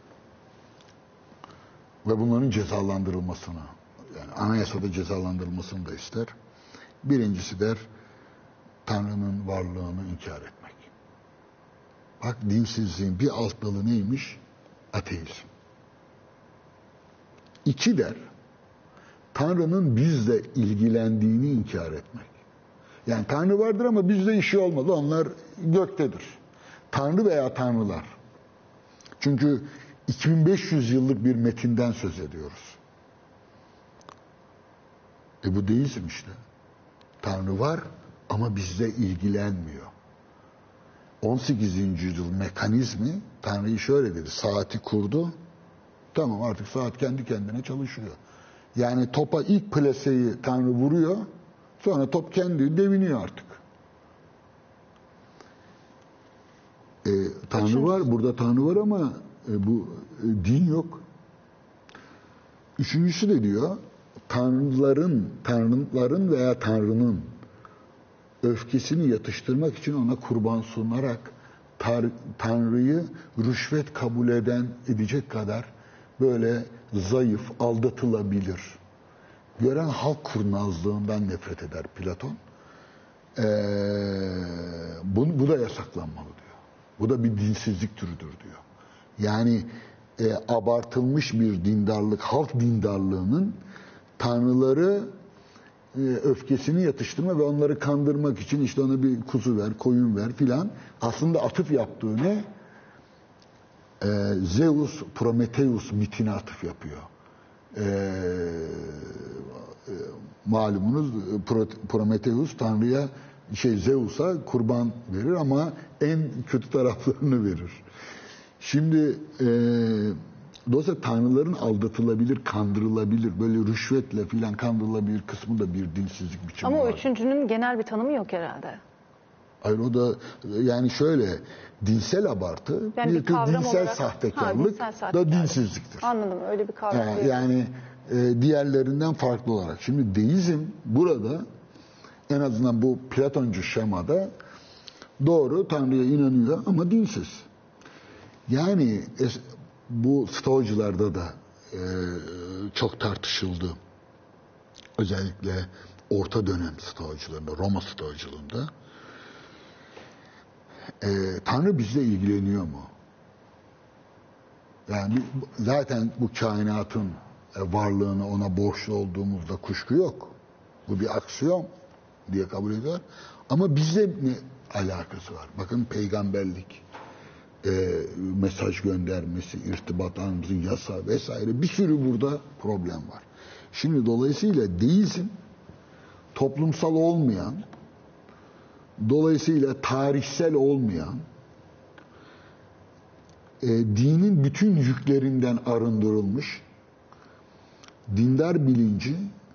ve bunların cezalandırılmasını, yani anayasada cezalandırılmasını da ister. Birincisi der, Tanrı'nın varlığını inkar etmek. Bak, dinsizliğin bir alt dalı neymiş? Ateizm. 2 der, Tanrı'nın bizle ilgilendiğini inkar etmek. Yani Tanrı vardır ama bizle işi olmadı. Onlar göktedir. Tanrı veya tanrılar. Çünkü 2500 yıllık bir metinden söz ediyoruz. Bu deizm işte. Tanrı var ama bizle ilgilenmiyor. 18. yüzyıl mekanizmi Tanrı'yı şöyle dedi. Saati kurdu. Tamam, artık saat kendi kendine çalışıyor. Yani topa ilk plaseyi Tanrı vuruyor. Sonra top kendi deviniyor artık. Tanrı var. Burada Tanrı var ama bu din yok. Üçüncüsü de diyor, tanrıların veya Tanrı'nın öfkesini yatıştırmak için ona kurban sunarak Tanrı'yı rüşvet kabul edecek kadar böyle zayıf, aldatılabilir. Gören halk kurnazlığından nefret eder Platon. bu da yasaklanmalı diyor. Bu da bir dinsizlik türüdür diyor. Yani abartılmış bir dindarlık, halk dindarlığının tanrıları öfkesini yatıştırma ve onları kandırmak için işte ona bir kuzu ver, koyun ver filan. Aslında atıf yaptığı ne? Zeus, Prometheus mitine atıf yapıyor. Malumunuz Prometheus Tanrı'ya Zeus'a kurban verir ama en kötü taraflarını verir. Şimdi dolayısıyla tanrıların aldatılabilir, kandırılabilir, böyle rüşvetle filan kandırılabilir kısmı da bir dinsizlik biçimi Ama o var. üçüncünün genel bir tanımı yok herhalde. Hayır, o da yani şöyle dinsel abartı, Yani bir kavram dinsel olarak, sahtekarlık dinsel sahtekarlık da dinsizliktir. Anladım, öyle bir kavram değil. Yani diğerlerinden farklı olarak. Şimdi deizm burada en azından bu Platoncu şemada doğru Tanrı'ya inanıyor ama dinsiz. Yani bu Stoacılarda da çok tartışıldı. Özellikle Orta Dönem Stoacılığında, Roma Stoacılığında. Tanrı bizle ilgileniyor mu? Yani zaten bu kainatın varlığını ona borçlu olduğumuzda kuşku yok. Bu bir aksiyon diye kabul ediyor. Ama bizle ne alakası var? Bakın peygamberlik, mesaj göndermesi, irtibat anımızın yasa vesaire bir sürü burada problem var. Şimdi dolayısıyla deizm toplumsal olmayan, dolayısıyla tarihsel olmayan, dinin bütün yüklerinden arındırılmış, dindar bilinci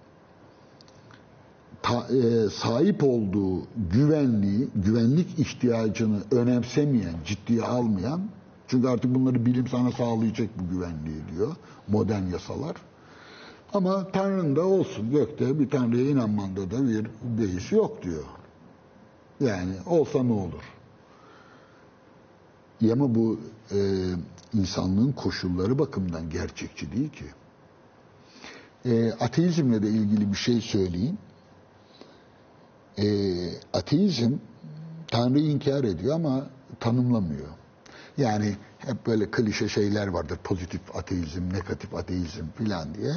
sahip olduğu güvenlik ihtiyacını önemsemeyen, ciddiye almayan, çünkü artık bunları bilim sana sağlayacak bu güvenliği diyor modern yasalar. Ama Tanrı'nın da olsun, gökte bir Tanrı'ya inanmanda da bir beis yok diyor. Yani olsa ne olur? Ama bu insanlığın koşulları bakımından gerçekçi değil ki. Ateizmle de ilgili bir şey söyleyeyim. Ateizm Tanrı'yı inkar ediyor ama tanımlamıyor. Yani hep böyle klişe şeyler vardır. Pozitif ateizm, negatif ateizm filan diye.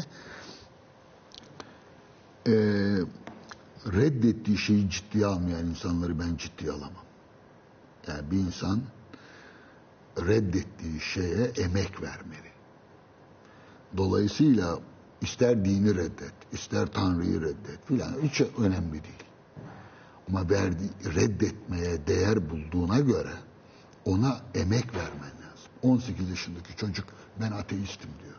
Reddettiği şeyi ciddiye almayan insanları ben ciddiye alamam. Yani bir insan reddettiği şeye emek vermeli. Dolayısıyla ister dini reddet, ister Tanrı'yı reddet filan hiç önemli değil. Ama reddetmeye değer bulduğuna göre ona emek vermen lazım. 18 yaşındaki çocuk ben ateistim diyor.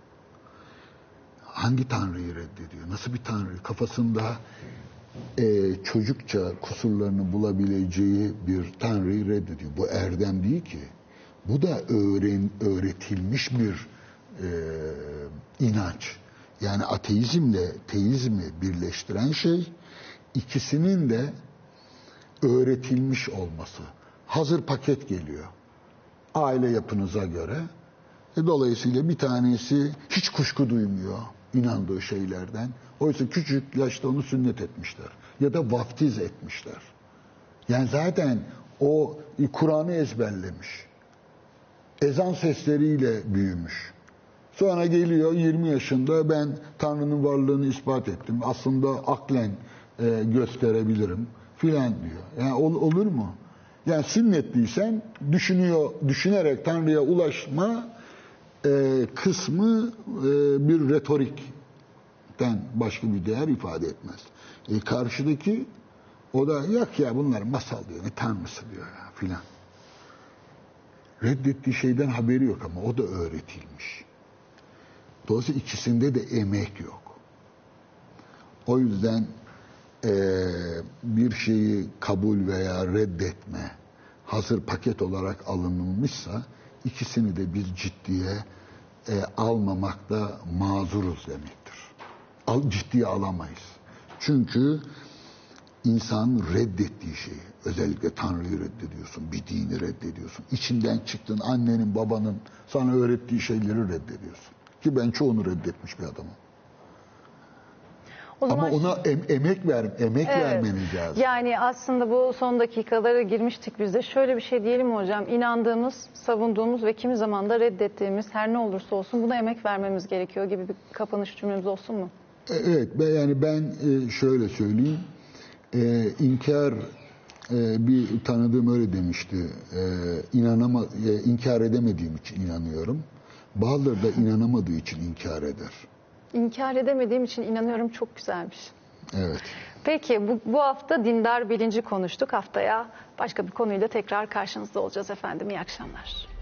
Hangi Tanrı'yı reddediyor? Nasıl bir Tanrı? Kafasında çocukça kusurlarını bulabileceği bir Tanrı'yı reddediyor. Bu erdem değil ki. Bu da öğretilmiş bir inanç. Yani ateizmle teizmi birleştiren şey ikisinin de öğretilmiş olması. Hazır paket geliyor. Aile yapınıza göre. Dolayısıyla bir tanesi hiç kuşku duymuyor inandığı şeylerden. Oysa küçük yaşta onu sünnet etmişler. Ya da vaftiz etmişler. Yani zaten o Kur'an'ı ezberlemiş. Ezan sesleriyle büyümüş. Sonra geliyor 20 yaşında ben Tanrı'nın varlığını ispat ettim. Aslında aklen gösterebilirim filan diyor. Yani olur mu? Yani sünnetliysen düşünerek Tanrı'ya ulaşma kısmı bir retorikten başka bir değer ifade etmez. Karşıdaki o da yok ya bunlar masal diyor. Ne Tanrısı diyor ya filan. Reddettiği şeyden haberi yok ama o da öğretilmiş. Dolayısıyla ikisinde de emek yok. O yüzden bir şeyi kabul veya reddetme hazır paket olarak alınmışsa ikisini de biz ciddiye almamakta mazuruz demektir. Ciddiye alamayız. Çünkü insan reddettiği şeyi, özellikle Tanrı'yı reddediyorsun, bir dini reddediyorsun. İçinden çıktığın annenin, babanın sana öğrettiği şeyleri reddediyorsun. Ki ben çoğunu reddetmiş bir adamım. O zaman Ama ona emek vermeniz lazım. yani aslında bu son dakikalara girmiştik biz de. Şöyle bir şey diyelim mi hocam? İnandığımız, savunduğumuz ve kimi zaman da reddettiğimiz her ne olursa olsun buna emek vermemiz gerekiyor gibi bir kapanış cümlemiz olsun mu? Evet, yani ben şöyle söyleyeyim. İnkar, bir tanıdığım öyle demişti. İnkar edemediğim için inanıyorum. Bazıları da inanamadığı için inkar eder. İnkar edemediğim için inanıyorum, çok güzelmiş. Evet. Peki bu hafta dindar bilinci konuştuk. Haftaya başka bir konuyla tekrar karşınızda olacağız efendim. İyi akşamlar.